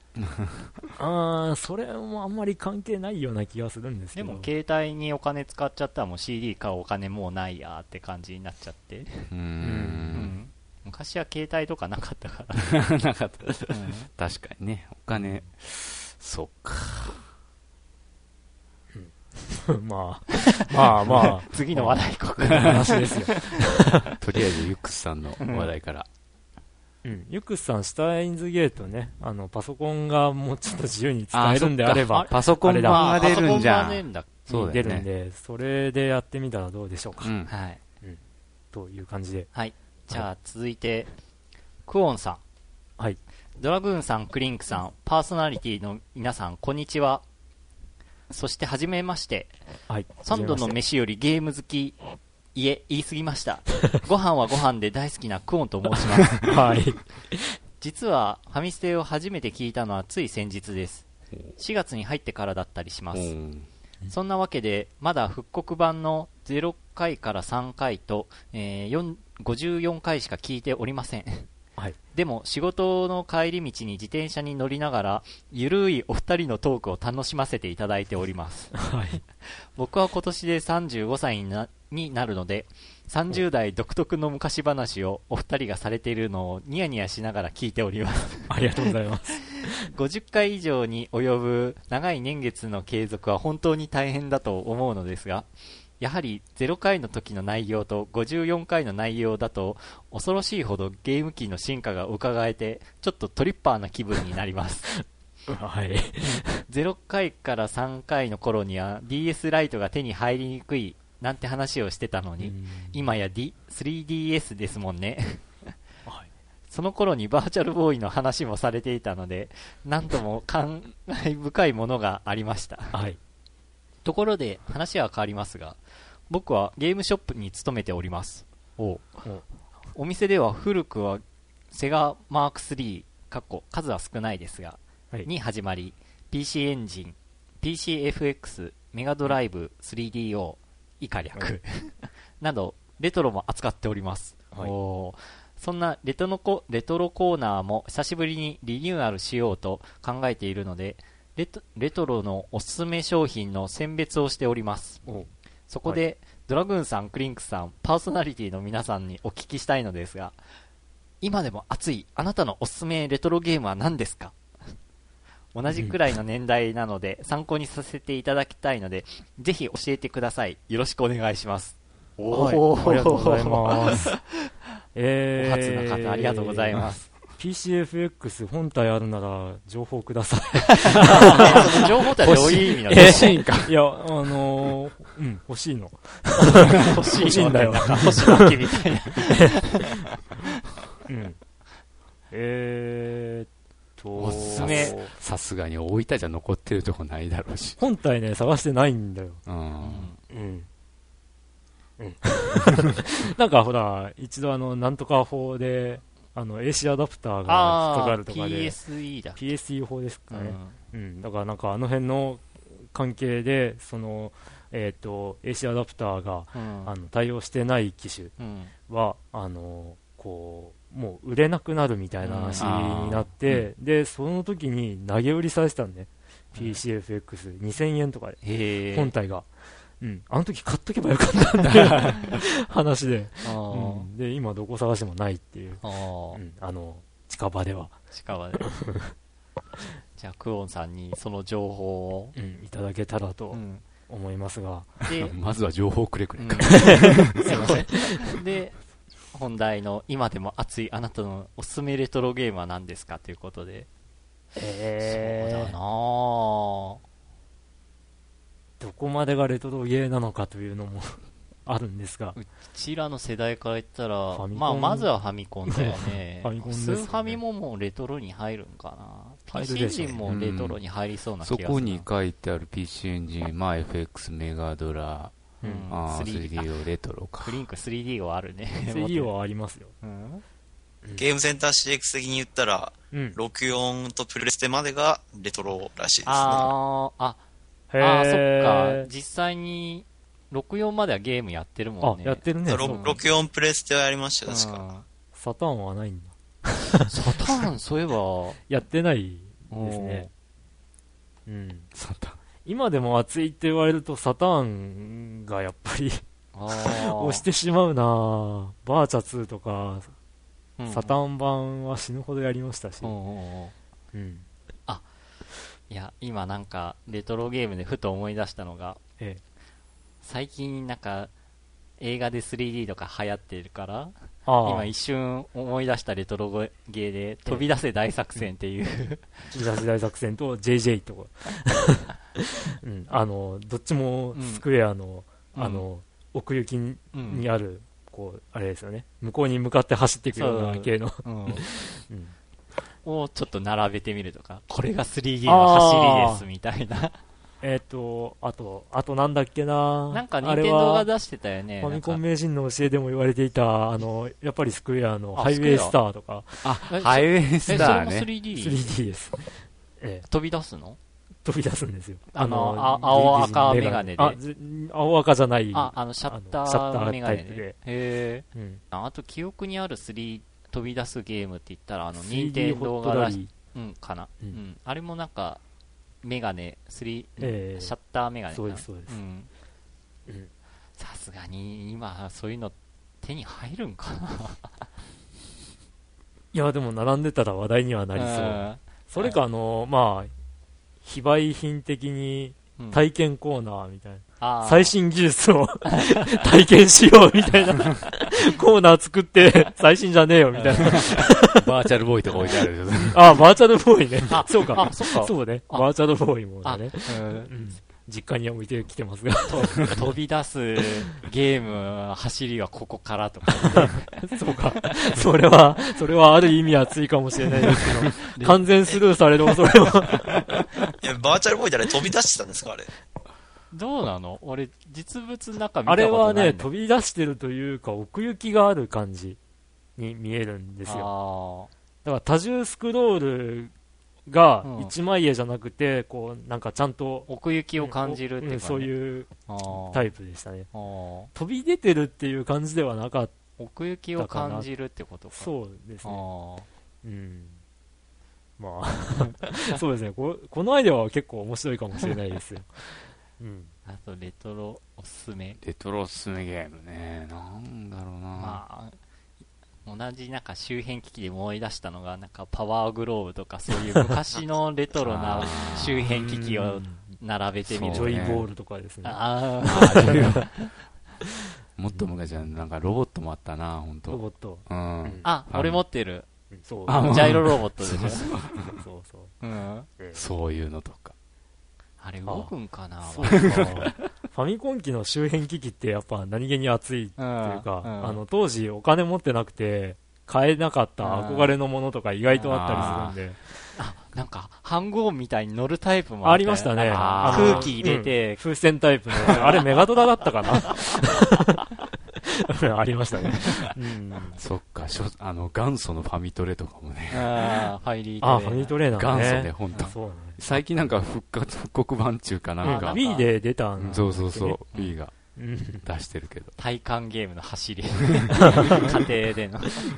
それもあんまり関係ないような気がするんですけど。 でも携帯にお金使っちゃったらもう CD 買うお金もうないやって感じになっちゃって、昔は携帯とかなかったからなかった、確かにね、お金、そっかまあ次の話題ここの話ですよとりあえずユックスさんの話題から、 ユックスさん、シュタインズゲートね、パソコンがもうちょっと自由に使えるんであれば、 パソコン版が出るんじゃん。 そう出るんで、それでやってみたらどうでしょうか。 はい。 という感じで。 はい。じゃあ続いて、クオンさん。 はい。 ドラグーンさん、クリンクさん、パーソナリティの皆さん、こんにちは。そして、はじめまして。 はい。 3度の飯よりゲーム好き、言い過ぎました。ご飯はご飯で大好きなクオンと申します。 はい。 実は、ファミステを初めて聞いたのはつい先日です。4月に入ってからだったりします。そんなわけで、まだ復刻版の0回から3回と、54回しか聞いておりません。 はい。 でも、仕事の帰り道に自転車に乗りながら、ゆるいお二人のトークを楽しませていただいております。 はい。 僕は今年で35歳になるので、30代独特の昔話をお二人がされているのをニヤニヤしながら聞いております。 ありがとうございます。 50回以上に及ぶ長い年月の継続は本当に大変だと思うのですが、 やはり0回の時の内容と54回の内容だと恐ろしいほどゲーム機の進化が伺えてちょっとトリッパーな気分になりますはい。 0回から3回の頃には DS ライトが手に入りにくいなんて話をしてたのに、今や、3DS ですもんねはい、その頃にバーチャルボーイの話もされていたので、何とも感慨深いものがありました、 はい、 ところで話は変わりますが、僕はゲームショップに勤めております。お店では古くはセガマーク3数は少ないですが、はい、に始まり PC エンジン PCFX メガドライブ 3DO 以下略、はい、などレトロも扱っております、はい、そんなレトロコーナーも久しぶりにリニューアルしようと考えているので、レトロのおすすめ商品の選別をしております。そこで、はい、ドラグーンさん、クリンクさん、パーソナリティの皆さんにお聞きしたいのですが、今でも熱いあなたのおすすめレトロゲームは何ですか？同じくらいの年代なので参考にさせていただきたいので、ぜひ教えてください。よろしくお願いします。 はい、ありがとうございます。 お初な方ありがとうございます。 PCFX 本体あるなら情報ください。 その情報ってどういう意味なの？ 欲しいんか。いや、欲しいの。 欲しいんだよ。欲しいみたいな。おすすめ。 さすがに大分じゃ残ってるとこないだろうし。 本体ね、探してないんだよ。なんかほら、一度なんとか法で、AC アダプターが引っかかるとかで。 PSE だ。 PSE 法ですかね。だからなんか辺の関係で、AC アダプターが、対応してない機種は、もう売れなくなるみたいな話になって、で、その時に投げ売りされてたんね。PCFX 2000円とかで、本体が。あの時買っとけばよかったんだ話で、で、今どこ探してもないっていう、近場では。 近場で。じゃあ、クオンさんにその情報を、 いただけたらと思いますが。 で、まずは情報をくれ。 すいません。で、本題の今でも熱いあなたのおすすめレトロゲームは何ですかということで。そうだなぁ。 どこまでがレトロゲーなのかというのもあるんですが、 うちらの世代から言ったら、まずはファミコンだよね。 ファミコンですね。スーファミももうレトロに入るんかな。PC エンジンもレトロに入りそうな気がするな。 そこに書いてある PC エンジン、FX メガドラ、3D レトロか。 クリンク 3D はあるね。 3D はありますよ。 ゲームセンター CX 的に言ったら、64とプレステまでがレトロらしいですね。 そっか。実際に64まではゲームやってるもんね。 やってるね。 64プレステはやりましたよ、確か。 サターンはないんだ。 サターン、そういえば。 やってないですね。サターン。今でも熱いって言われるとサターンがやっぱり押してしまうなぁ。バーチャ2とか、サターン版は死ぬほどやりましたし。 いや、今なんかレトロゲームでふと思い出したのが、最近なんか映画で 3D とか流行ってるから、今一瞬思い出したレトロゲーで飛び出せ大作戦っていう飛び出せ大作戦と JJ とかどっちもスクエアの、奥行きにある、あれですよね、向こうに向かって走っていくような系のをちょっと並べてみるとか、これが 3D の走りですみたいなあとなんだっけな、 なんか任天堂が出してたよね。 ファミコン名人の教えでも言われていた、やっぱりスクエアのハイウェイスターとか。 ハイウェイスターね。 それも 3D です。 飛び出すの？ 飛び出すんですよ。 青赤メガネで。 青赤じゃない。 シャッターメガネで。へぇ。あと記憶にある飛び出すゲームって言ったら、任天堂が出し、かな。あれもなんか、メガネ、シャッターメガネかな。 そうです、そうです。 さすがに今、そういうの手に入るんかな。 いや、でも並んでたら話題にはなりそう。それか、非売品的に体験コーナーみたいな。 最新技術を体験しようみたいなコーナー作って、最新じゃねえよみたいな。 バーチャルボーイとか置いてある。 バーチャルボーイね。そうか。そうね。バーチャルボーイもね。実家に置いてきてますが。 飛び出すゲーム、走りはここからとか。 そうか。それはある意味熱いかもしれないですけど、完全スルーされる恐れは。 いや、バーチャルボーイであれ飛び出してたんですか、あれ。 どうなの？俺、実物の中見たことない。 あれはね、飛び出してるというか、奥行きがある感じに見えるんですよ。だから多重スクロールが一枚絵じゃなくて、こう、なんかちゃんと奥行きを感じるっていうか、ね、 そういうタイプでしたね。飛び出てるっていう感じではなかった。 奥行きを感じるってことか。 そうですね。まあ、そうですね。このアイデアは結構面白いかもしれないですよ。 あと、レトロおすすめ。 レトロおすすめゲームね。なんだろうな。 まあ、同じなんか周辺機器で思い出したのが、なんかパワーグローブとかそういう昔のレトロな周辺機器を並べてみる。 ジョイボールとかですね。 もっと昔はなんかロボットもあったな、本当。 ロボット。 俺持ってる。 そう。 ジャイロロボットでしょ。 そういうのとか。 あれ動くんかな。 そうか。ファミコン機の周辺機器ってやっぱ何気に熱いっていうか、当時お金持ってなくて買えなかった憧れのものとか意外とあったりするんで。 なんか、ハングオンみたいに乗るタイプもありましたね。 空気入れて、 風船タイプの。あれメガドラだったかな。ありましたね。 そっか、元祖のファミトレとかもね。 ファイリートレー。 ファミトレーなんだね。 元祖ね、ほんと。最近なんか復刻版中かなんか。 Wii で出たんだ。 そう。Wii が出してるけど。 体感ゲームの走り。家庭での。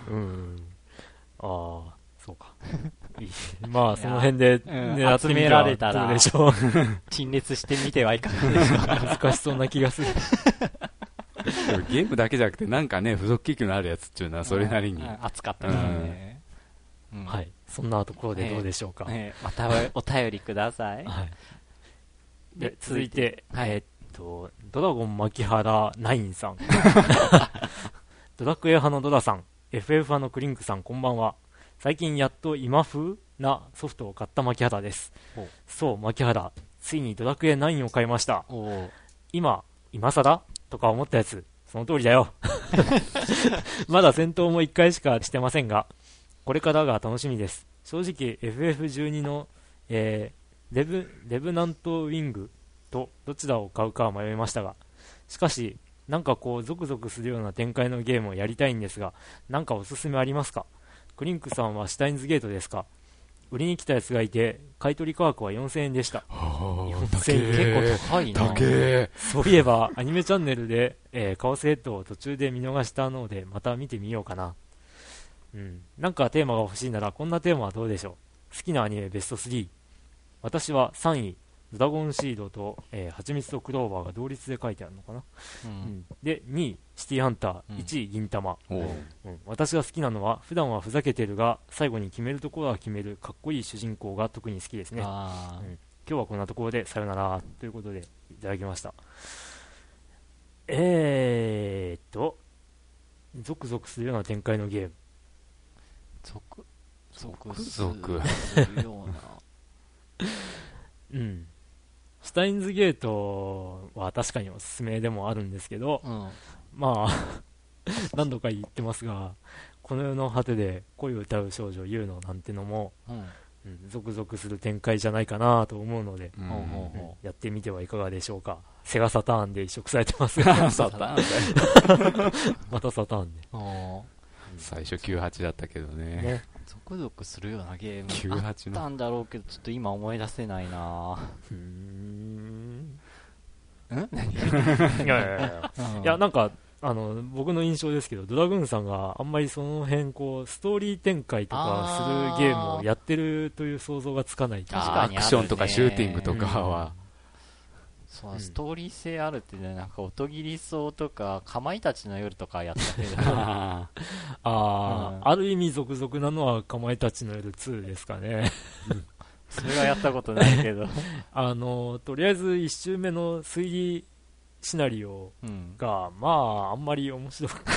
そうか。まあ、その辺で集められたら、陳列してみてはいかがでしょうか。 難しそうな気がする。 ゲームだけじゃなくて、なんかね、付属機器のあるやつっていうのはそれなりに。 熱かったからね。 はい。そんなところでどうでしょうか。 またお便りください。 で、続いて、ドラゴン牧原9さん。ドラクエ派のドラさん、FF 派のクリンクさん、こんばんは。最近やっと今風なソフトを買った牧原です。そう、牧原、ついにドラクエ9を買いました。今更とか思ったやつ、その通りだよ。まだ戦闘も1回しかしてませんが、これからが楽しみです。正直 FF12 の、レブナントウィングとどちらを買うか迷いましたが、しかしなんかこうゾクゾクするような展開のゲームをやりたいんですが、なんかおすすめありますか？クリンクさんはシュタインズゲートですか？売りに来たやつがいて、買い取り価格は4000円でした。 4000円結構高いな。 そういえば、アニメチャンネルで、カオスヘッドを途中で見逃したので、また見てみようかな。なんかテーマが欲しいなら、こんなテーマはどうでしょう。好きなアニメベスト3。私は3位、ドラゴンシードと、蜂蜜とクローバーが同率で書いてあるのかな。で、2位、シティハンター、1位、銀玉。私が好きなのは、普段はふざけてるが、最後に決めるところは決める、かっこいい主人公が特に好きですね。今日はこんなところで、さよなら、ということで、いただきました。ゾクゾクするような展開のゲーム。 ゾクするような。 シュタインズゲートは確かにおすすめでもあるんですけど、まあ何度か言ってますが、この世の果てで恋を歌う少女ユーノなんてのも、ゾクゾクする展開じゃないかなと思うので、やってみてはいかがでしょうか。セガサターンで移植されてますがサターンまたサターンで、 最初98だったけどね。 ゾクゾクするようなゲームあったんだろうけど、ちょっと今思い出せないな。 いや、なんか僕の印象ですけど、ドラグーンさんがあんまりその辺こうストーリー展開とかするゲームをやってるという想像がつかない。 確かにアクションとかシューティングとかは、 ストーリー性あるってね、なんか音切りそうとかかまいたちの夜とかやったけどある意味続々なのはかまいたちの夜2ですかね。 それはやったことないけどとりあえず1周目の推理シナリオが、まあ、あんまり面白くな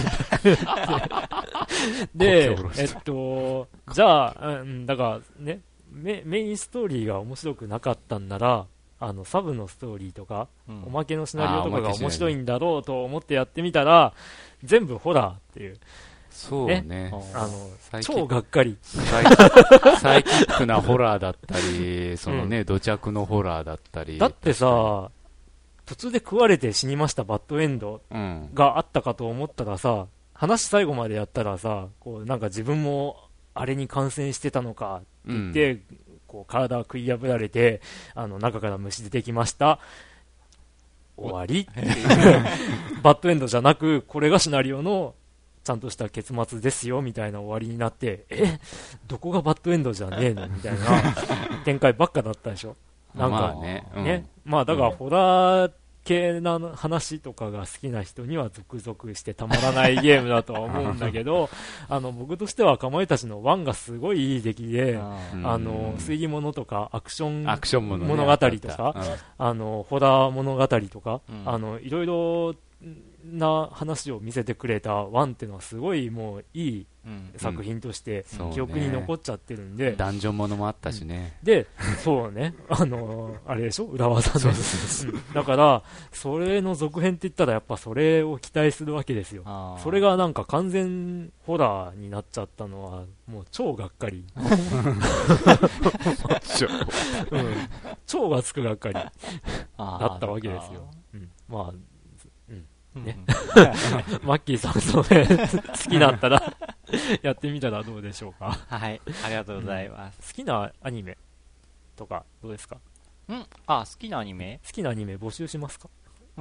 くて。で、じゃあ、だからね、メインストーリーが面白くなかったんなら、サブのストーリーとか、おまけのシナリオとかが面白いんだろうと思ってやってみたら、全部ホラーっていう。 そうね。 超がっかり。 サイキックなホラーだったり、そのね、土着のホラーだったり。 だってさ、途中で食われて死にましたバッドエンドがあったかと思ったらさ、話最後までやったらさ、こうなんか自分もあれに感染してたのかって言って、こう体食い破られて、中から虫出てきました。終わりっていうバッドエンドじゃなく、これがシナリオのちゃんとした結末ですよみたいな終わりになって、どこがバッドエンドじゃねえのみたいな展開ばっかだったでしょ。なんかね、まあだからホラー系な話とかが好きな人には続々してたまらないゲームだとは思うんだけど僕としてはかまいたちの1がすごいいい出来で、推理物とかアクション物語とか、ホラー物語とか、いろいろな話を見せてくれた1っていうのはすごいもういい作品として記憶に残っちゃってるんで、 ダンジョンものもあったしね、 でそうね、あれでしょ、浦和さんのだからそれの続編って言ったらやっぱそれを期待するわけですよ。それがなんか完全ホラーになっちゃったのはもう超がっかり超がつくがっかりだったわけですよ。まあね、マッキーさんそれ好きだったらやってみたらどうでしょうか。 はい、ありがとうございます。 好きなアニメとかどうですか？ 好きなアニメ募集しますか？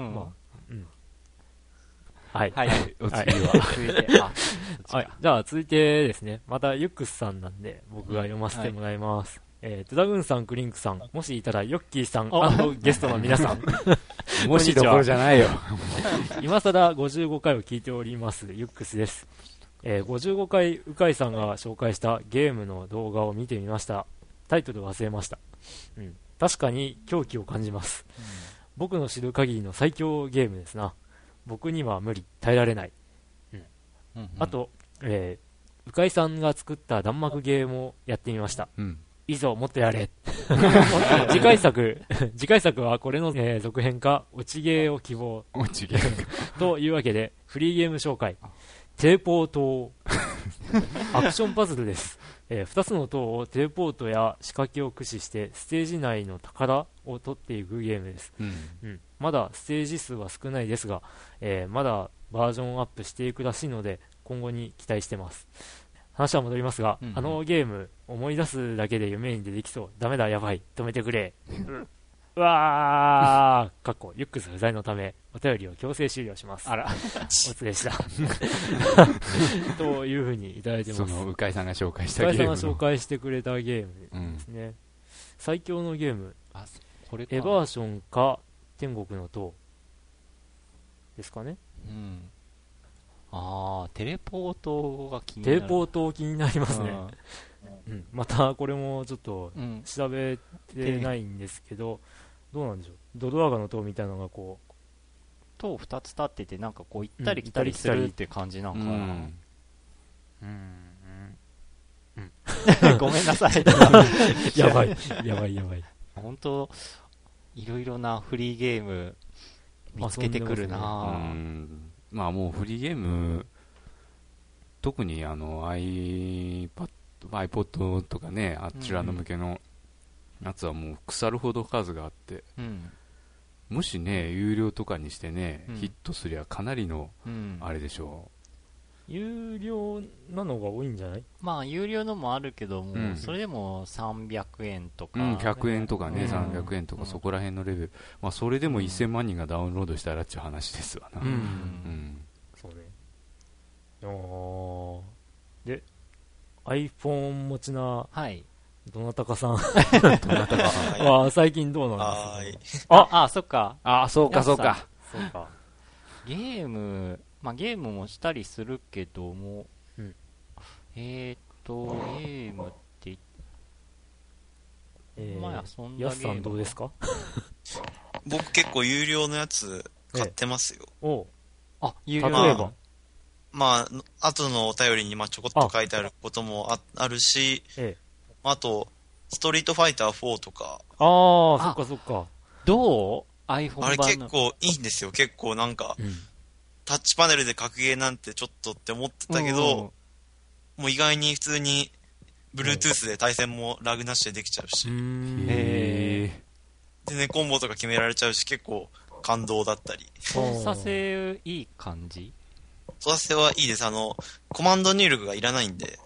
はい。 はい。 お次は。 はい。じゃあ続いてですね、またユックスさんなんで僕が読ませてもらいます。ドラグーンさん、クリンクさん、もしいたらヨッキーさん&ゲストの皆さんもしどころじゃないよ今更55回を聞いておりますユックスです。55回うかいさんが紹介したゲームの動画を見てみました。タイトル忘れました。確かに狂気を感じます。僕の知る限りの最強ゲームですな。僕には無理、耐えられない。あと、うかいさんが作った弾幕ゲームをやってみました。いいぞ、もっとやれ次回作はこれの、続編か落ちゲーを希望というわけでフリーゲーム紹介。テレポートアクションパズルです。2つの塔をテレポートや仕掛けを駆使してステージ内の宝を取っていくゲームです。まだステージ数は少ないですが、まだバージョンアップしていくらしいので今後に期待してます。話は戻りますが、あのゲーム思い出すだけで夢に出てきそう。ダメだ、やばい、止めてくれうわー、かっこユックス不在のためお便りを強制終了します。あらおつでしたというふうにいただいてます。 そのうかいさんが紹介したゲーム、 うかいさんが紹介してくれたゲームですね。最強のゲーム、エバーションか天国の塔ですかね。 テレポートが気になる。 テレポート気になりますね。またこれもちょっと調べてないんですけど、どうなんでしょう。ドドワガの塔みたいなのがこう塔2つ立ってて、なんかこう行ったり来たりするって感じなのかな。ごめんなさいやばい本当いろいろなフリーゲーム見つけてくるな。 まあもうフリーゲーム、特にiPod とかね、あちらの向けのやつはもう腐るほど数があって、もしね有料とかにしてね、ヒットすりゃかなりのあれでしょう。有料なのが多いんじゃない？ まあ有料のもあるけども、それでも300円とか、 100円とかね、300円とかそこら辺のレベル、まあそれでも1000万人がダウンロードしたらっちゅう話ですわな。 そうね。で iPhone 持ちなどなたかさんは最近どうなんですか？ そっか。 そうか。 ゲームもしたりするけども、ゲームってヤスさんどうですか？ 僕結構有料のやつ買ってますよ。 有料例えば。 まあ、後のお便りにちょこっと書いてあることもあるし、あと、ストリートファイター4とか。 そっかそっか。 どう ?iPhone 版の。 あれ結構いいんですよ。結構なんか、タッチパネルで格ゲーなんてちょっとって思ってたけど、もう意外に普通に、Bluetooth で対戦もラグなしでできちゃうし。でね、コンボとか決められちゃうし、結構感動だったり。 操作性いい感じ？ 操作性はいいです。コマンド入力がいらないんで。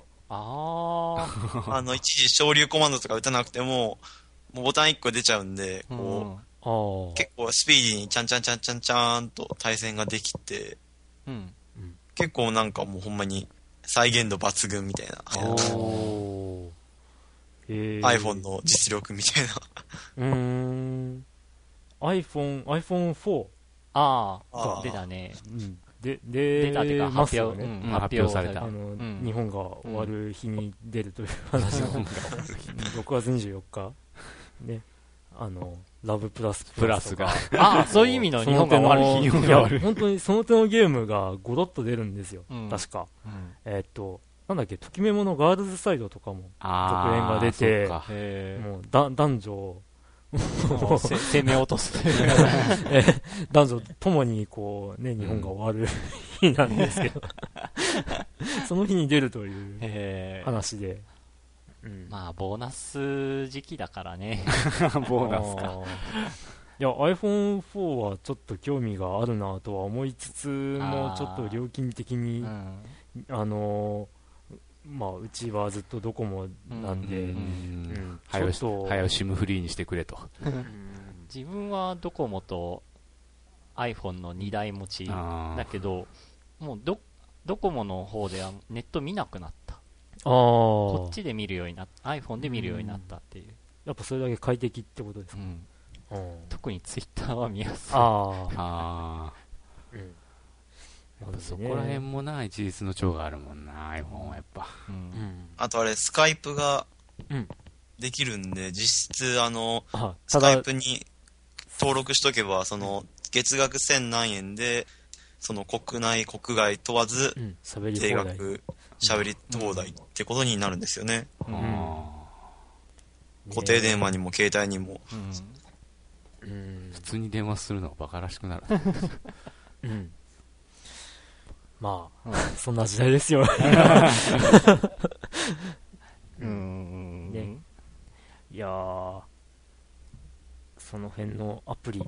一時昇竜コマンドとか打たなくてもうボタン1個出ちゃうんで、結構スピーディーにちゃんちゃんちゃんちゃんちゃんと対戦ができて、結構なんかもうほんまに再現度抜群みたいな。iPhone の実力みたいな。 iPhone4。 出たね。 出たってか発表された。 日本が終わる日に出るという話が6月24日ね、ラブプラスがそういう意味の日本が終わる日。 いや本当にその手のゲームがゴロッと出るんですよ、確か。なんだっけ、ときめものガールズサイドとかも続編が出て、もう男女攻め落とす男女ともにこうね、日本が終わる日なんですけどその日に出るという話で、 まあボーナス時期だからねボーナスか。 いや iPhone4 はちょっと興味があるなとは思いつつも、ちょっと料金的にまあうちはずっとドコモなんで、 早よ SIM フリーにしてくれと。 自分はドコモと iPhone の2台持ちだけど、もうドコモの方ではネット見なくなった。こっちで見るようになった。iPhone で見るようになったっていう。 やっぱそれだけ快適ってことですか？ 特に Twitter は見やすい。 やっぱそこら辺もな、一律の長があるもんな、iPhone はやっぱ。 あとあれ、スカイプができるんで、実質スカイプに登録しとけば、月額1000何円で、国内、国外問わず、定額喋り放題ってことになるんですよね。固定電話にも携帯にも。 普通に電話するのはバカらしくなる。 まあ、そんな時代ですよ。ね、いやー、その辺のアプリ、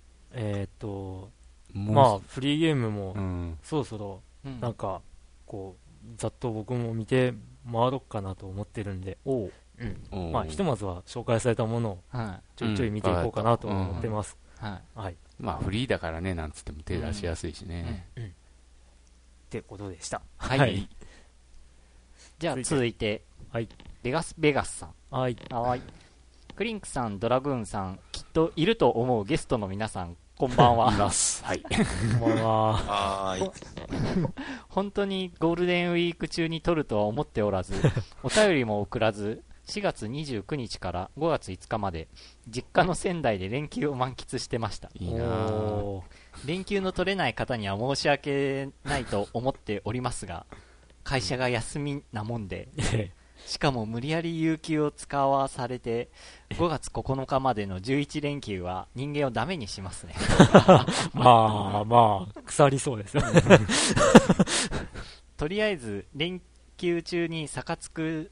まあ、フリーゲームも、そろそろ、なんか、こう、ざっと僕も見て回ろっかなと思ってるんで、まあ、ひとまずは紹介されたものを、ちょいちょい見ていこうかなと思ってます。 まあ、フリーだからね、なんつっても手出しやすいしね。 ってことでした。 はい。じゃあ続いて、ベガスさん。クリンクさん、ドラグーンさん、きっといると思うゲストの皆さん、こんばんは。 います。はい。 こんばんは。 本当にゴールデンウィーク中に撮るとは思っておらず、お便りも送らず、4月29日から5月5日まで、実家の仙台で連休を満喫してました。 いいな連休の取れない方には申し訳ないと思っておりますが、会社が休みなもんで、しかも無理やり有給を使わされて、5月9日までの11連休は人間をダメにしますね。 まあ、腐りそうですよね。 とりあえず、連休中にサカツク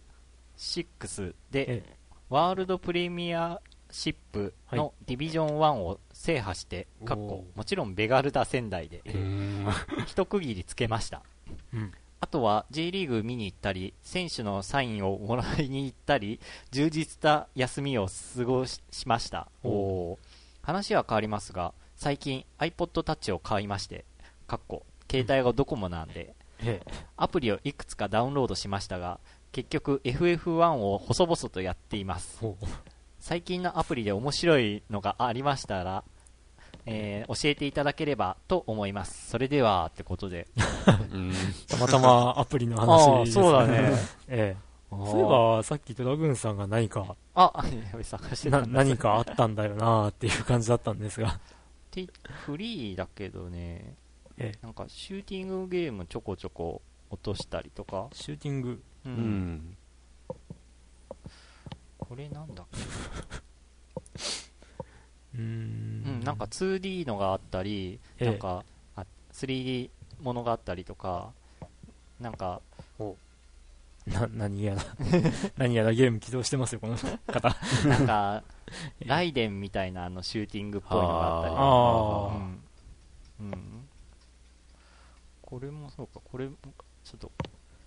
6で、ワールドプレミアシップのディビジョン1を制覇して、もちろんベガルダ仙台で、一区切りつけました。あとは J リーグ見に行ったり、選手のサインをもらいに行ったり、充実した休みを過ごしました。話は変わりますが、最近 iPod Touch を買いまして、携帯がドコモなんで、アプリをいくつかダウンロードしましたが、結局 FF1 を細々とやっています。最近のアプリで面白いのがありましたら、教えていただければと思います。それではってことでたまたまアプリの話ですね。 そうだね。 そういえばさっきドラグーンさんが何か探してた何かあったんだよなっていう感じだったんですが、 フリーだけどね、なんかシューティングゲームちょこちょこ落としたりとか。 シューティング、 これなんだっけなんか 2D のがあったり、なんか3D ものがあったりとか、なんか何やら何やらゲーム起動してますよこの方なんかライデンみたいなシューティングっぽいのがあったりとか、これもそうか、これちょっと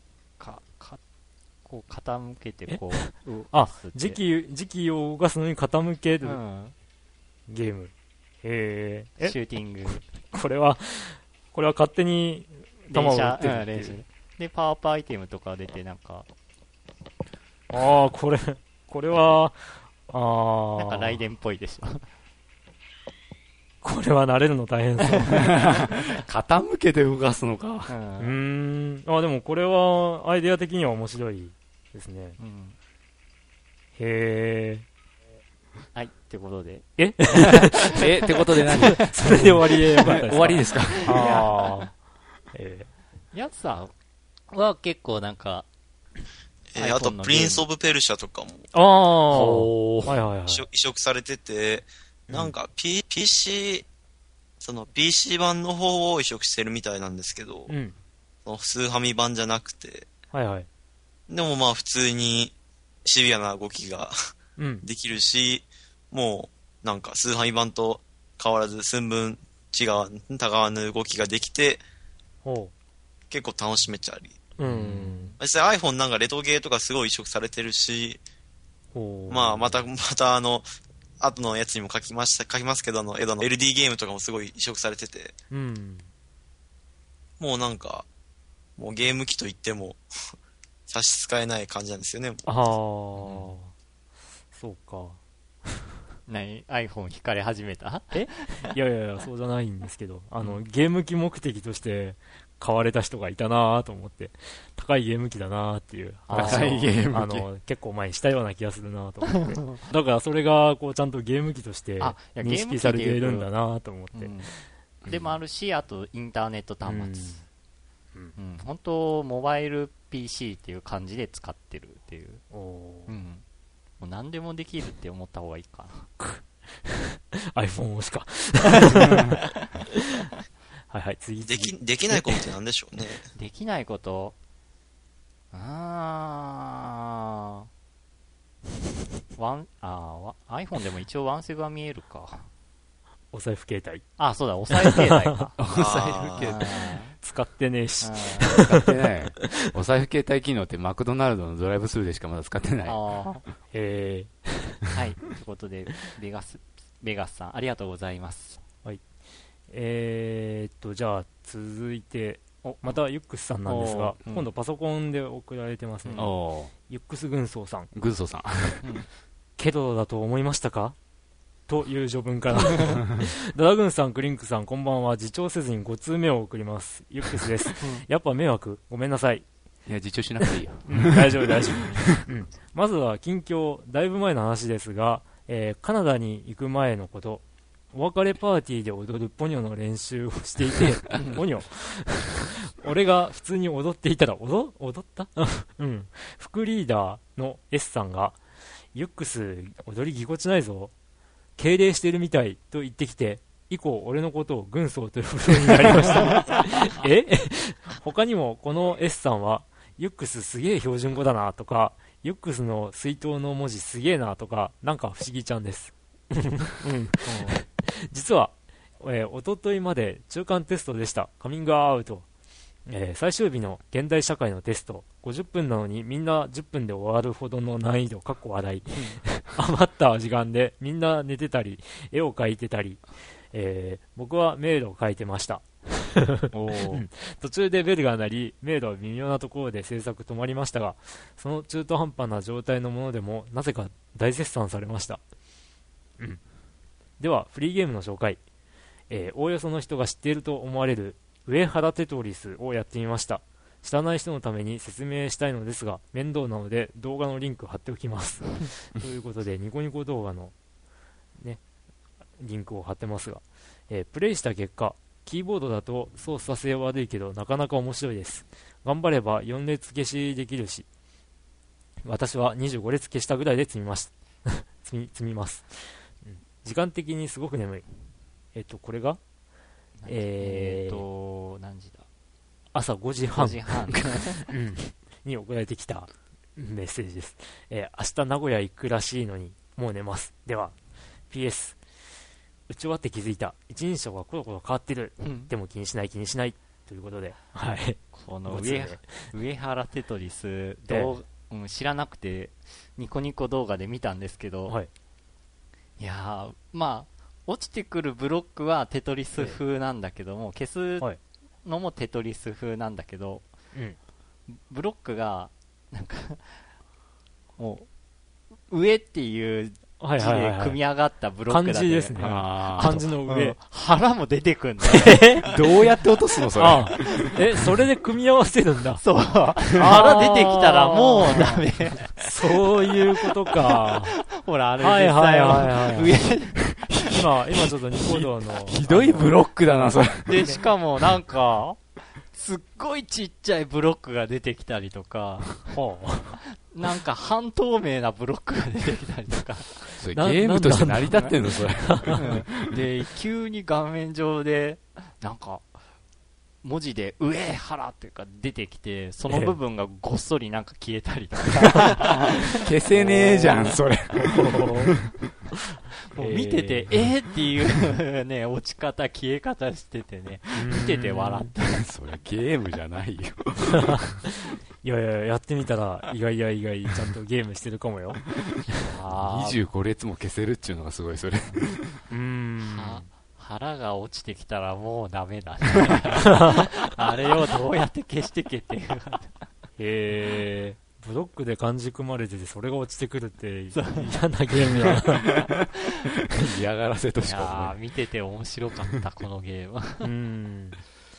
こう傾けてこう時期を動かすのに傾ける、ゲーム。 シューティング。 これは勝手に弾を撃ってるっていう。 で、パワーアップアイテムとか出て、なんか。 これは、 なんかライデンっぽいでしょ。 これは慣れるの大変そう。 傾けて動かすのか。 でもこれはアイデア的には面白いですね。へー。 はい、ってことで。 ってことで何それで終わりでよかったですか？ 終わりですか？ やつさんは結構なんか、 あとプリンスオブペルシャとかも、移植されてて、なんか PC 版の方を移植してるみたいなんですけど、そのスーファミ版じゃなくて、でもまあ普通にシビアな動きができるし、もうなんかスーファミ版と変わらず寸分たがわぬ動きができて、結構楽しめちゃり。実際 iPhone なんかレトゲーとかすごい移植されてるし、また後のやつにも書きますけど、エドの LD ゲームとかもすごい移植されてて、もうなんか、もうゲーム機といっても差し支えない感じなんですよね。 そうか。 iPhone 惹かれ始めた？ いや、そうじゃないんですけど、ゲーム機目的として買われた人がいたなと思って、高いゲーム機だなっていう話を結構前にしたような気がするなと思ってだからそれがこうちゃんとゲーム機として認識されているんだなと思って、 でもあるし、あとインターネット端末、本当モバイル PC っていう感じで使ってるっていう、もう何でもできるって思った方がいいかなiPhone 推しか次できないことって何でしょうね。 できないこと、iPhone でも一応ワンセグは見えるか。 お財布携帯。 そうだ、お財布携帯か。 お財布携帯。 使ってねえし。 使ってない。お財布携帯機能ってマクドナルドのドライブスルーでしかまだ使ってない。 はい、ということで、ベガスさん、ありがとうございます。 じゃあ、続いて、またユックスさんなんですが、今度パソコンで送られてますね。ユックス軍曹さん。ケドだと思いましたかという序文からドラグーンさん、クリンクさん、こんばんは。自重せずに5通目を送ります。ユックスです。やっぱ迷惑？ごめんなさい。 いや、自重しなくていいよ。 大丈夫。まずは近況、だいぶ前の話ですが、カナダに行く前のこと、お別れパーティーで踊るポニョの練習をしていて、ポニョ俺が普通に踊っていたら、踊った副リーダーの S さんが、ユックス踊りぎこちないぞ。敬礼してるみたいと言ってきて、以降俺のことを軍曹と呼ぶようになりました他にもこの S さんはユックスすげえ標準語だなとか、ユックスの水筒の文字すげえなとか、なんか不思議ちゃんです実は、おとといまで中間テストでした。カミングアウト、最終日の現代社会のテスト、50分なのにみんな10分で終わるほどの難易度、かっこ笑い余った時間でみんな寝てたり絵を描いてたり、僕は迷路を描いてました途中でベルが鳴り、迷路は微妙なところで制作止まりましたが、その中途半端な状態のものでもなぜか大絶賛されました。ではフリーゲームの紹介、おおよその人が知っていると思われる上原テトリスをやってみました。知らない人のために説明したいのですが、面倒なので動画のリンク貼っておきますということで、ニコニコ動画のねリンクを貼ってますが、 プレイした結果、キーボードだと操作性悪いけどなかなか面白いです。頑張れば4列消しできるし、私は25列消したぐらいで積みます積みます、時間的にすごく眠い。これが何時だ、 朝5時半に送られてきたメッセージです。明日名古屋行くらしいのにもう寝ます。では PS、 打ち終わって気づいた。一人称がコロコロ変わってる、でも気にしないということで、はい、 この上原テトリス知らなくてニコニコ動画で見たんですけど、はい、いやまあ落ちてくるブロックはテトリス風なんだけども、消すのもテトリス風なんだけど、ブロックがなんかもう上っていう字で組み上がったブロックだ漢字ですね。漢字の上、 腹も出てくんだどうやって落とすのそれ。 それで組み合わせるんだ。 そう。腹出てきたらもうダメ。 そういうことか。 ほら、あれ実際は上。 今ちょっとニコ動の。 ひどいブロックだな、それ。 で、しかもなんか、すっごいちっちゃいブロックが出てきたりとか、なんか半透明なブロックが出てきたりとか。 それゲームとして成り立ってんのそれ。 で、急に画面上で、なんか、文字で上原っていうか出てきて、その部分がごっそりなんか消えたりとか。 消せねえじゃん、それ。 もう見てて、っていうね、落ち方、消え方しててね、見てて笑った。 それゲームじゃないよ。 いやいや、やってみたら、意外、ちゃんとゲームしてるかもよ。 25列も消せるっていうのがすごい、それ。 腹が落ちてきたらもうダメだね。あれをどうやって消してけっていう。 ブロックで漢字組まれててそれが落ちてくるって嫌なゲームだな。 嫌がらせとしか見てて面白かったこのゲーム。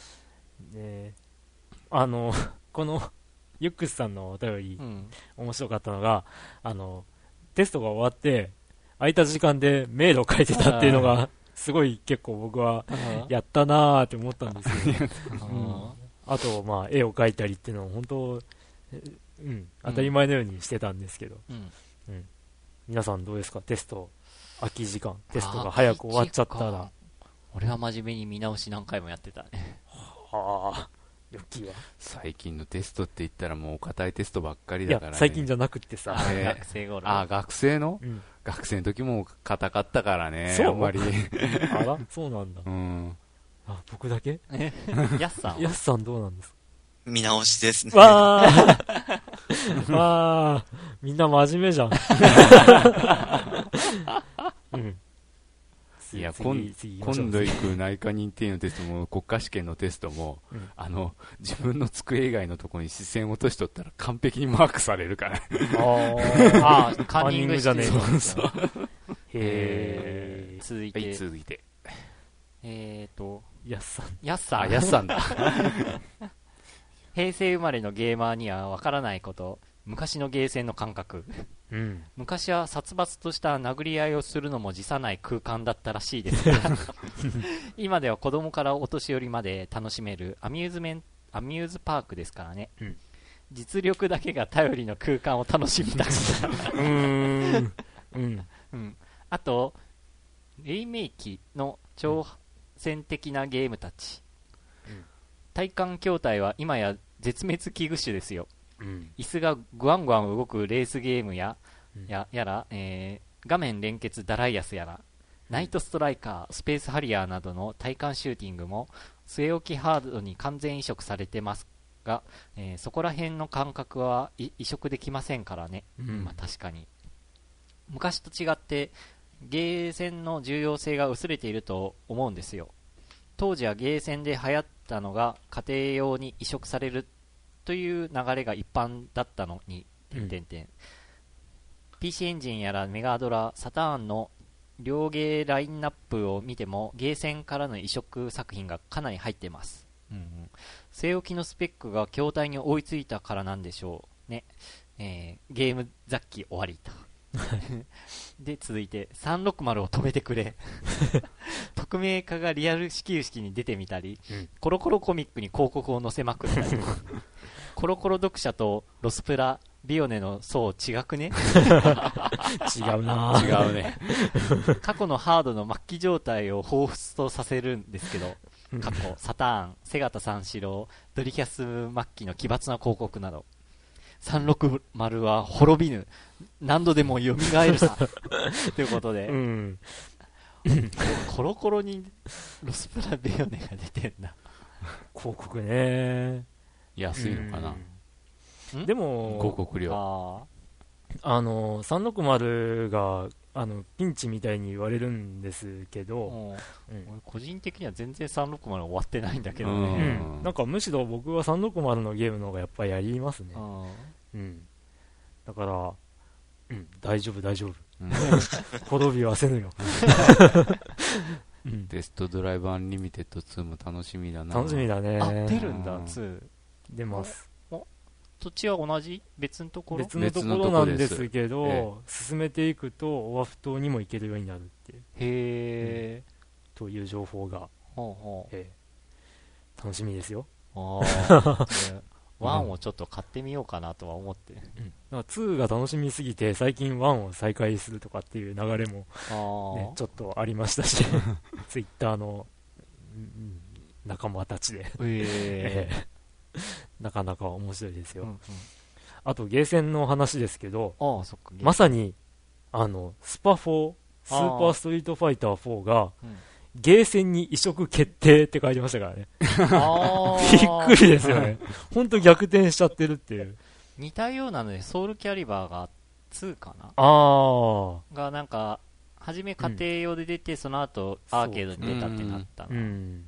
このユックスさんのお便り、面白かったのがテストが終わって空いた時間で迷路を書いてたっていうのがすごい結構僕はやったなーって思ったんですよ。あと絵を描いたりっていうのを本当当たり前のようにしてたんですけど、皆さんどうですか？テスト空き時間、テストが早く終わっちゃったら。 俺は真面目に見直し何回もやってたね。 ヨッキーは最近のテストって言ったらもうお堅いテストばっかりだからね。 いや最近じゃなくってさ、 学生頃。 学生の、学生の時も硬かったからね。あんまりあらそうなんだ。僕だけヤッさんどうなんですか？ 見直しですね。 みんな真面目じゃん。 いや今度行く内科認定のテストも国家試験のテストも、自分の机以外のところに視線を落としとったら完璧にマークされるから。 カンニングじゃねえの。 続いて。 ヤッサンだ。 平成生まれのゲーマーにはわからないこと、昔のゲーセンの感覚。昔は殺伐とした殴り合いをするのも辞さない空間だったらしいですが今では子供からお年寄りまで楽しめるアミューズパークですからね、実力だけが頼りの空間を楽しみたあと黎明期の挑戦的なゲームたち、体感筐体は今や絶滅危惧種ですよ。椅子がグワングワン動くレースゲームやら、画面連結ダライアスやら、ナイトストライカー、スペースハリアーなどの体感シューティングも据え置きハードに完全移植されてますが、そこら辺の感覚は移植できませんからね。確かに昔と違ってゲーセンの重要性が薄れていると思うんですよ。当時はゲーセンで流行ったのが家庭用に移植されるという流れが一般だったのに、PC エンジンやらメガドラ、サターンの両ゲーラインナップを見てもゲーセンからの移植作品がかなり入ってます。据え置きのスペックが筐体に追いついたからなんでしょうね。ゲーム雑記終わりと。 で、続いて、360を止めてくれ。匿名化がリアル始球式に出てみたり、コロコロコミックに広告を載せまくったり、コロコロ読者とロスプラ、ビオネの層違くね違うな違うね。 過去のハードの末期状態を彷彿とさせるんですけど、過去、サターン、セガタ三四郎、ドリキャス末期の奇抜な広告など、360は滅びぬ、何度でも蘇るさ。ということで、コロコロにロスプラビオネが出てんだ。 広告ね。 安いのかな。 でも、 広告料。 360が、ピンチみたいに言われるんですけど、 俺個人的には全然360終わってないんだけどね。 なんかむしろ僕は360のゲームの方がやっぱりやりますね。だから、大丈夫大丈夫。滅びはせぬよ。 テストドライブアンリミテッド2も楽しみだな。 楽しみだね。 あ、出るんだ、2。 出ます。 土地は同じ別のところ別のところなんですけど、進めていくとオアフ島にも行けるようになるっていう。 へー。という情報が。楽しみですよ。 1をちょっと買ってみようかなとは思って。 2が楽しみすぎて、最近1を再開するとかっていう流れも、ね、ちょっとありましたし、ツイッターの、仲間たちで。なかなか面白いですよ。あと、ゲーセンの話ですけど、まさに、スパ4、スーパーストリートファイター4が、ゲーセンに移植決定って書いてましたからね。びっくりですよね。ほんと逆転しちゃってるっていう。 似たようなので、ソウルキャリバーが2かながなんか、初め家庭用で出て、その後アーケードに出たってなったの。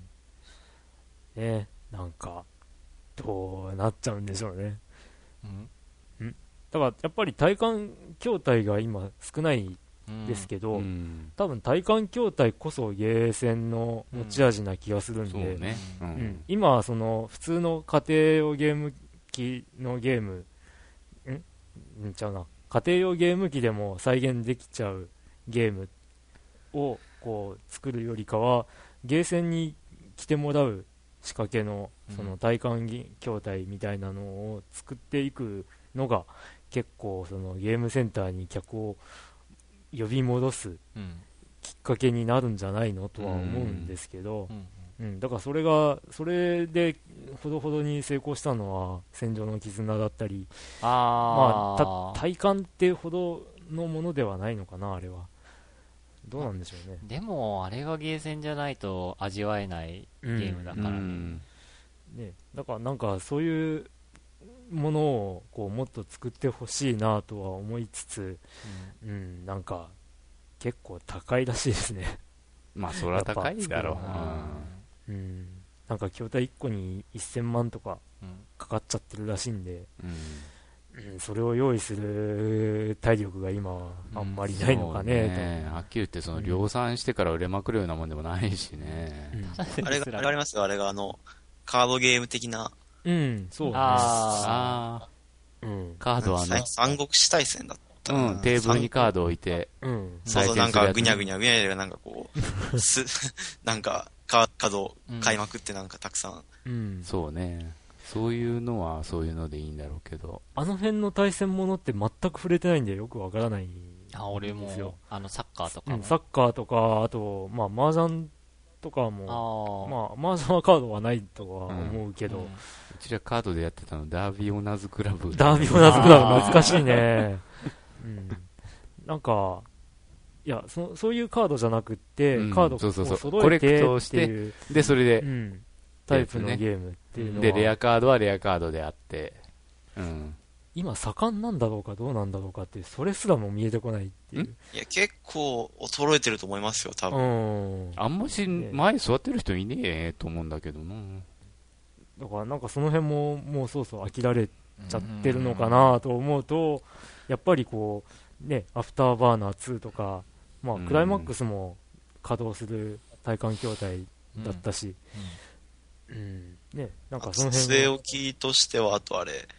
ね、なんか、どうなっちゃうんでしょうね。だからやっぱり体感筐体が今少ないですけど、多分体感筐体こそゲーセンの持ち味な気がするんで、今その普通の家庭用ゲーム機のゲームちゃうな、家庭用ゲーム機でも再現できちゃうゲームをこう作るよりかは、ゲーセンに来てもらう仕掛けのその体感筐体みたいなのを作っていくのが結構そのゲームセンターに客を呼び戻すきっかけになるんじゃないのとは思うんですけど、だからそれでほどほどに成功したのは戦場の絆だったり、体感ってほどのものではないのかな、あれは。どうなんでしょうね。 でもあれがゲーセンじゃないと味わえないゲームだからね。 だからなんかそういうものをこうもっと作ってほしいなとは思いつつ、なんか結構高いらしいですね。 まあそれは高いだろう。 なんか筐体1個に1000万とかかかっちゃってるらしいんで、それを用意する体力が今はあんまりないのかねと。はっきり言ってその量産してから売れまくるようなもんでもないしね。 あれがありますよ、あれがカードゲーム的な。 そうね。 カードは三国志大戦だったテーブルにカードを置いて。 そう、なんかぐにゃぐにゃぐにゃぐにゃなんかこう、なんかカードを買いまくってなんかたくさん。 そうね。そういうのはそういうのでいいんだろうけど、 あの辺の対戦ものって全く触れてないんでよくわからないんですよ。 俺もサッカーとかも、 サッカーとか、あと麻雀とかも、麻雀はカードはないとは思うけど、 うちらカードでやってたのダービーオナーズクラブ。 ダービーオナーズクラブ懐かしいね。なんかいやそういうカードじゃなくって、カードを揃えてっていう、 でそれで、 タイプのゲームっていうのは、 でレアカードはレアカードであって、 今盛んなんだろうかどうなんだろうかっていう、それすらも見えてこないっていう。 いや結構衰えてると思いますよ、多分。 あんまし前座ってる人いねえと思うんだけどな。 だからなんかその辺ももうそうそう飽きられちゃってるのかなと思うと、やっぱりこうね、アフターバーナー2とか、クライマックスも稼働する体感筐体だったし、なんかその辺据え置きとしては、あとあれ、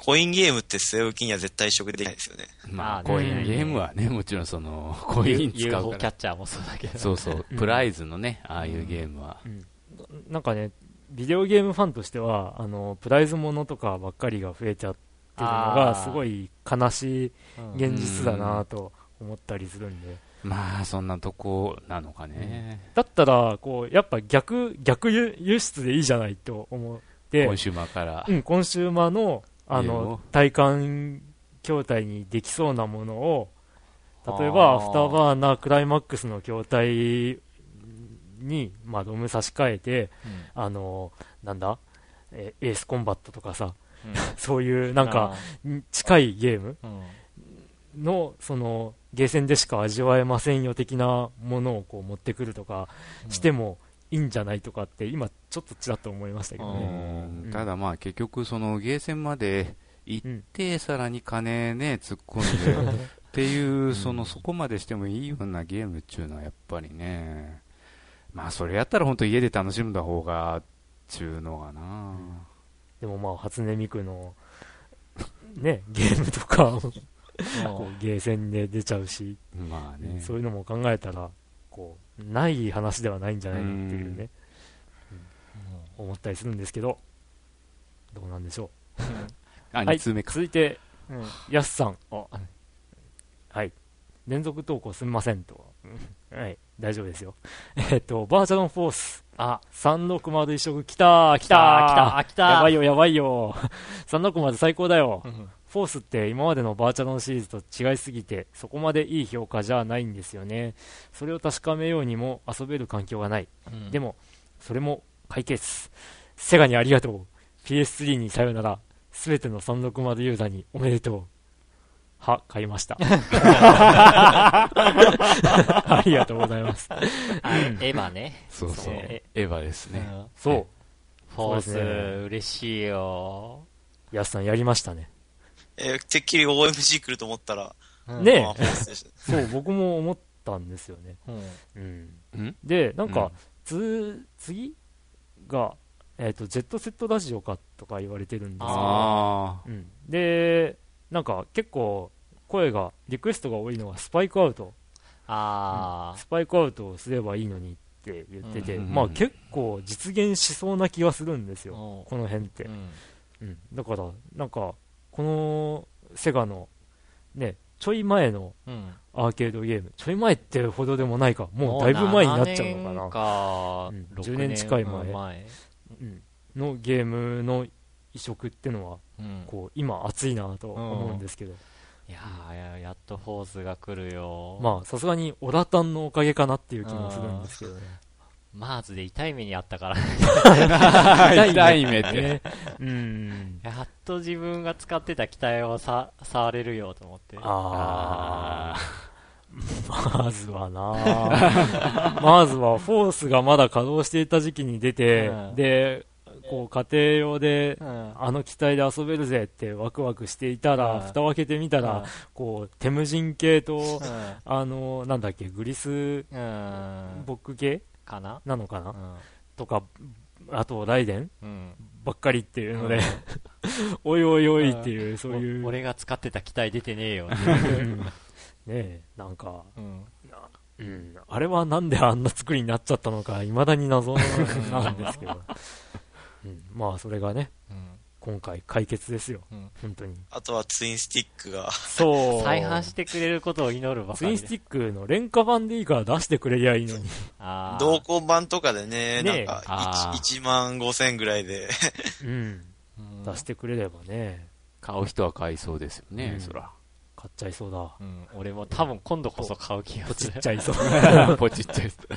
コインゲームって据え置きには絶対移植できないですよね。 まあ、コインゲームはね、もちろんコイン使うから。 UFO キャッチャーもそうだけど。 そうそう、プライズのね、ああいうゲームは。 なんかね、ビデオゲームファンとしては、プライズものとかばっかりが増えちゃってるのが、すごい悲しい現実だなと思ったりするんで。 まあ、そんなとこなのかね。 だったら、やっぱ逆輸出でいいじゃないと思って、 コンシューマーから。 コンシューマーの、体感筐体にできそうなものを、例えば、アフターバーナークライマックスの筐体に、ロム差し替えて、なんだ、エースコンバットとかさ、そういうなんか、近いゲームの、ゲーセンでしか味わえませんよ的なものを持ってくるとかしてもいいんじゃないとかって今ちょっとちらっと思いましたけどね。 ただまあ結局ゲーセンまで行ってさらに金ね突っ込んでっていうそこまでしてもいいようなゲームっていうのはやっぱりね、まあそれやったら本当家で楽しんだ方がちゅうのがな。 でもまあ初音ミクのねゲームとかゲーセンで出ちゃうし、 まあね、 そういうのも考えたらない話ではないんじゃないのっていうね、思ったりするんですけど、どうなんでしょう。 はい、2通目か。 続いて、やすさん、はい、連続投稿すみませんと、はい、大丈夫ですよ。バーチャロンフォース、360移植来たやばいよやばいよ360最高だよ。フォースって今までのバーチャロンシリーズと違いすぎてそこまでいい評価じゃないんですよね。それを確かめようにも遊べる環境がない、でもそれも解決。セガにありがとう。 PS3 にさよなら。すべての360ユーザーにおめでとう。買いましたありがとうございます。 エヴァね。 そうエヴァですね。 そう、 フォース嬉しいよ。 やすさんやりましたね。 てっきり OMG 来ると思ったら、 ねえ、そう、僕も思ったんですよね。で、なんか、次が、ジェットセットラジオかとか言われてるんですけど、で、なんか結構、リクエストが多いのがスパイクアウト。スパイクアウトをすればいいのにって言ってて、まあ結構実現しそうな気がするんですよ、この辺って。だから、なんか、このセガのね、ちょい前のアーケードゲーム、ちょい前ってほどでもないか、もうだいぶ前になっちゃうのかな。10年近い前のゲームの移植ってのは、今熱いなと思うんですけど。 いやー、やっとフォースが来るよ。 まあ、さすがにオラタンのおかげかなっていう気もするんですけどね。 マーズで痛い目にあったから痛い目って、 やっと自分が使ってた機体を触れるよと思って。 まずはまずはフォースがまだ稼働していた時期に出て、で家庭用で、あの機体で遊べるぜってワクワクしていたら、蓋を開けてみたら、テムジン系と、なんだっけ、グリスボック系なのかな、とか、あとライデン、ばっかりっていうので、おいおいおいっていう、そういう。 俺が使ってた機体出てねえよ。ねえ、なんか、あれはなんであんな作りになっちゃったのか、未だに謎なんですけど。まあそれがね、今回解決ですよ、本当に。 あとはツインスティックがそう再販してくれることを祈るばかり。 ツインスティックの廉価版でいいから出してくれりゃいいのに。 同梱版とかでね、なんか1万5000円ぐらいで出してくれればね、 買う人は買いそうですよね。そら買っちゃいそうだ。 俺も多分今度こそ買う気がする。 ポチっちゃいそうポチっちゃいそう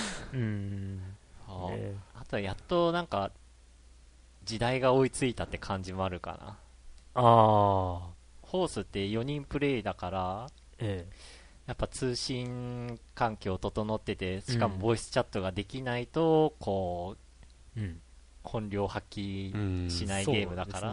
あとやっとなんか時代が追いついたって感じもあるかな。フォースって4人プレイだから、やっぱ通信環境整ってて、しかもボイスチャットができないと本領発揮しないゲームだから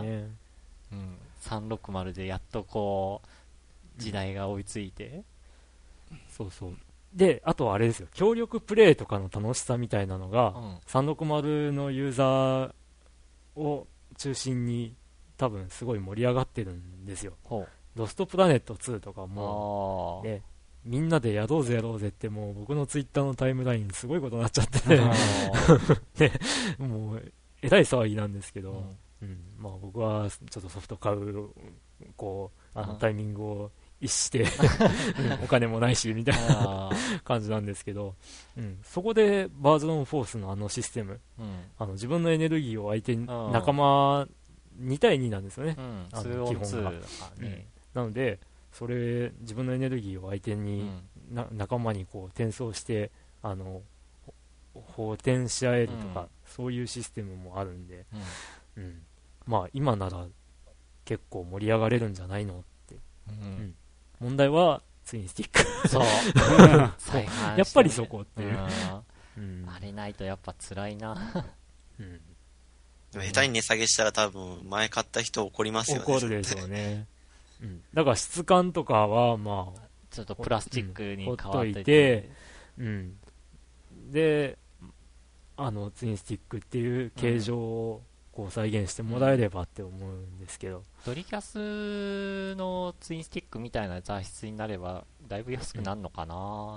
、360でやっと時代が追いついて、 そうそう。で、あとはあれですよ、協力プレイとかの楽しさみたいなのが、360のユーザーを中心に多分すごい盛り上がってるんですよ。ロストプラネット2とかも、ね、みんなでやろうぜやろうぜってもう僕のツイッターのタイムラインすごいことになっちゃってね、もうえらい騒ぎなんですけど、まあ僕はちょっとソフト買うタイミングを逸してお金もないしみたいな感じなんですけど、そこでバージョンフォースのあのシステム、自分のエネルギーを相手に仲間2対2なんですよね、基本が、なのでそれ自分のエネルギーを相手に、仲間にこう転送して補填し合えるとか、そういうシステムもあるんで、まあ今なら結構盛り上がれるんじゃないのって、問題はツインスティックそうやっぱりそこっていう、 あれないとやっぱ辛いなでも下手に値下げしたら多分前買った人怒りますよね。 怒るでしょうね。だから質感とかはまあちょっとプラスチックに変わってて、でツインスティックっていう形状をこう再現してもらえればって思うんですけど、 ドリキャスのツインスティックみたいな材質になればだいぶ安くなるのかな。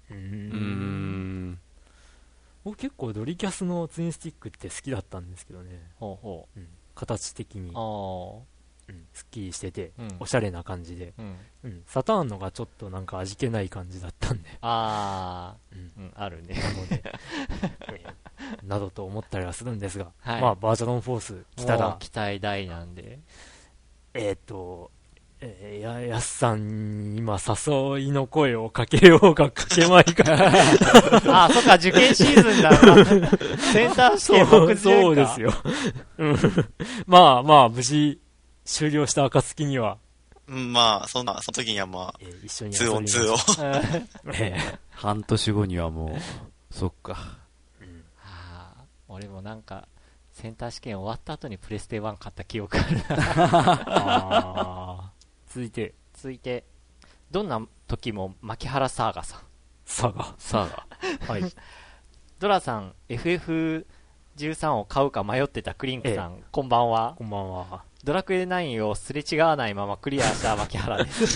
僕結構ドリキャスのツインスティックって好きだったんですけどね。形的にすっきりしてて、おしゃれな感じで、サターンのがちょっとなんか味気ない感じだったんで、 あるね。 なのでなどと思ったりはするんですが、まあバージョンフォース来たら期待大なんで、 やすさんに今誘いの声をかけようかかけまいかそっか、受験シーズンだなセンター試験目前か。 そうですよまあ無事終了した暁には、 まあその時にはまあ、 一緒に 2 on 2を半年後にはもうそっか、 俺もなんかセンター試験終わった後にプレステ1買った記憶あるな続いてどんな時も牧原サーガさんサーガはいドラさん FF13 を買うか迷ってたクリンクさん、こんばんは。 こんばんは。 ドラクエ9をすれ違わないままクリアした牧原です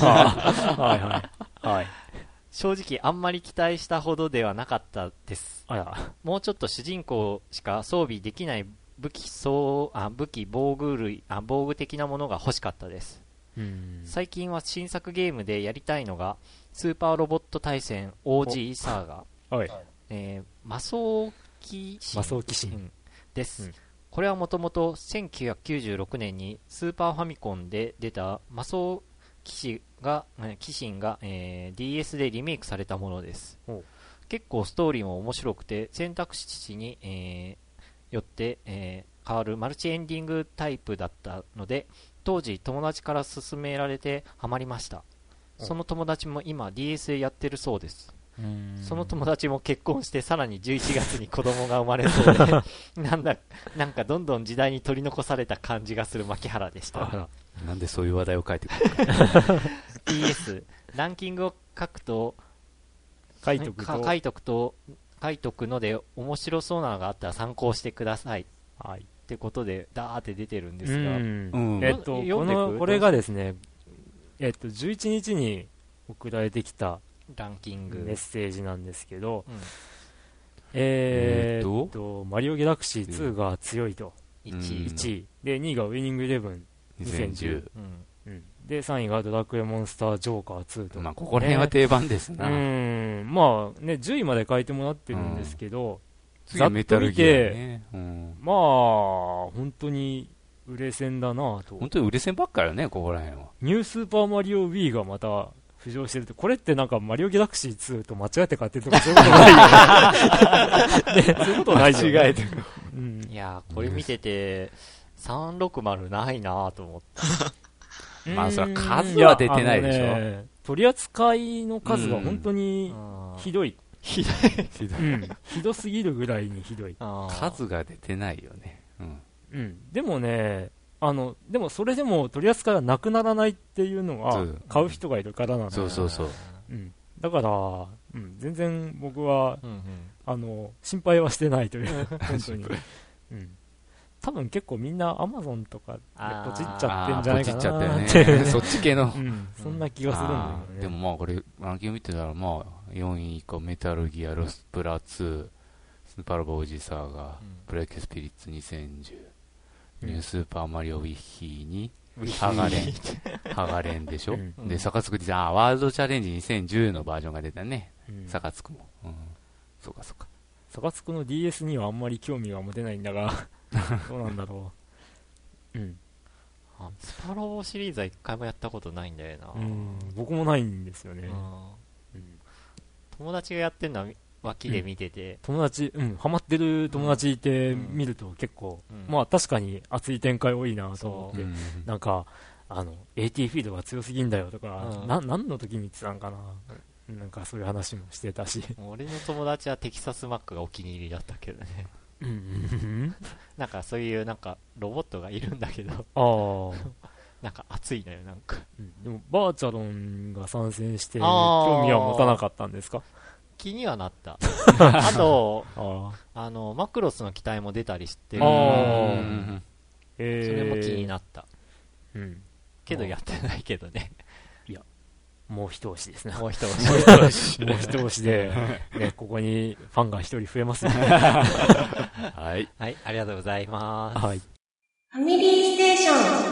正直あんまり期待したほどではなかったです。もうちょっと主人公しか装備できない武器防具的なものが欲しかったです。最近は新作ゲームでやりたいのがスーパーロボット対戦 OG サーガ、魔装騎士です、これはもともと1996年にスーパーファミコンで出た魔装騎士が、DS でリメイクされたものです。結構ストーリーも面白くて選択肢に、よって、変わるマルチエンディングタイプだったので当時友達から勧められてハマりました。その友達も今 DS でやってるそうです。その友達も結婚してさらに11月に子供が生まれそうでなんかどんどん時代に取り残された感じがする牧原でした。 なんでそういう話題を書いてくる PS ランキングを書いとくので面白そうなのがあったら参考してください、ってことでダーって出てるんですが、 これがですね、11日に送られてきたランキングメッセージなんですけど、マリオギャラクシー2が強いと1位で、2位がウイニングイレブン2010、で3位がドラクエモンスタージョーカー2と、 ここら辺は定番ですな。 まあね10位まで書いてもらってるんですけど、ざっと見て、まあ本当に売れ線だなと。 本当に売れ線ばっかりよね、ここら辺は。 ニュースーパーマリオ Wii がまた浮上してると、これってなんかマリオギャラクシー2と間違えて買ってるとかそういうことないよね。そういうことないじゃん。間違えてる。 いやこれ見てて360ないなと思った。 まあそれは数は出てないでしょ。 取り扱いの数が本当にひどい。ひどすぎるぐらいにひどい。 数が出てないよね。 でもね、でもそれでも取り扱いがなくならないっていうのは買う人がいるからなんだ。だから、全然僕は、心配はしてないという本当に。 多分結構みんなアマゾンとかでポチっちゃってんじゃないかなポチっちゃったよね。そっち系の。 そんな気がするんだよね。 でもまあこれ、ランキング見てたらまあ、4位以下、メタルギア、ロスプラ2、スーパーロボオジサーガ、ブレイクスピリッツ2010、ニュースーパーマリオウィッヒーに、ハガレンでしょ、で、サカツクで、ワールドチャレンジ2010のバージョンが出たね。サカツクも。そうかそうか。 サカツクの DS にはあんまり興味は持てないんだが、どうなんだろう。 スパロボシリーズは一回もやったことないんだよな。 僕もないんですよね。 友達がやってるのは脇で見てて、 友達、ハマってる友達いて見ると結構、まあ確かに熱い展開多いなと思って、なんか、AT フィードが強すぎんだよとか、何の時に言ってたんかな。なんかそういう話もしてたし。 俺の友達はテキサスマックがお気に入りだったけどね。なんかそういうなんかロボットがいるんだけど、なんか熱いのよ、なんか。 でもバーチャロンが参戦して興味は持たなかったんですか？ 気にはなった。あと、マクロスの機体も出たりしてるから、それも気になった。けどやってないけどね。 いや、もう一押しですね。 もう一押し。 もう一押しで、ね、ここにファンが一人増えますね。 はい。 はい、ありがとうございます。 はい。 ファミリーステーション。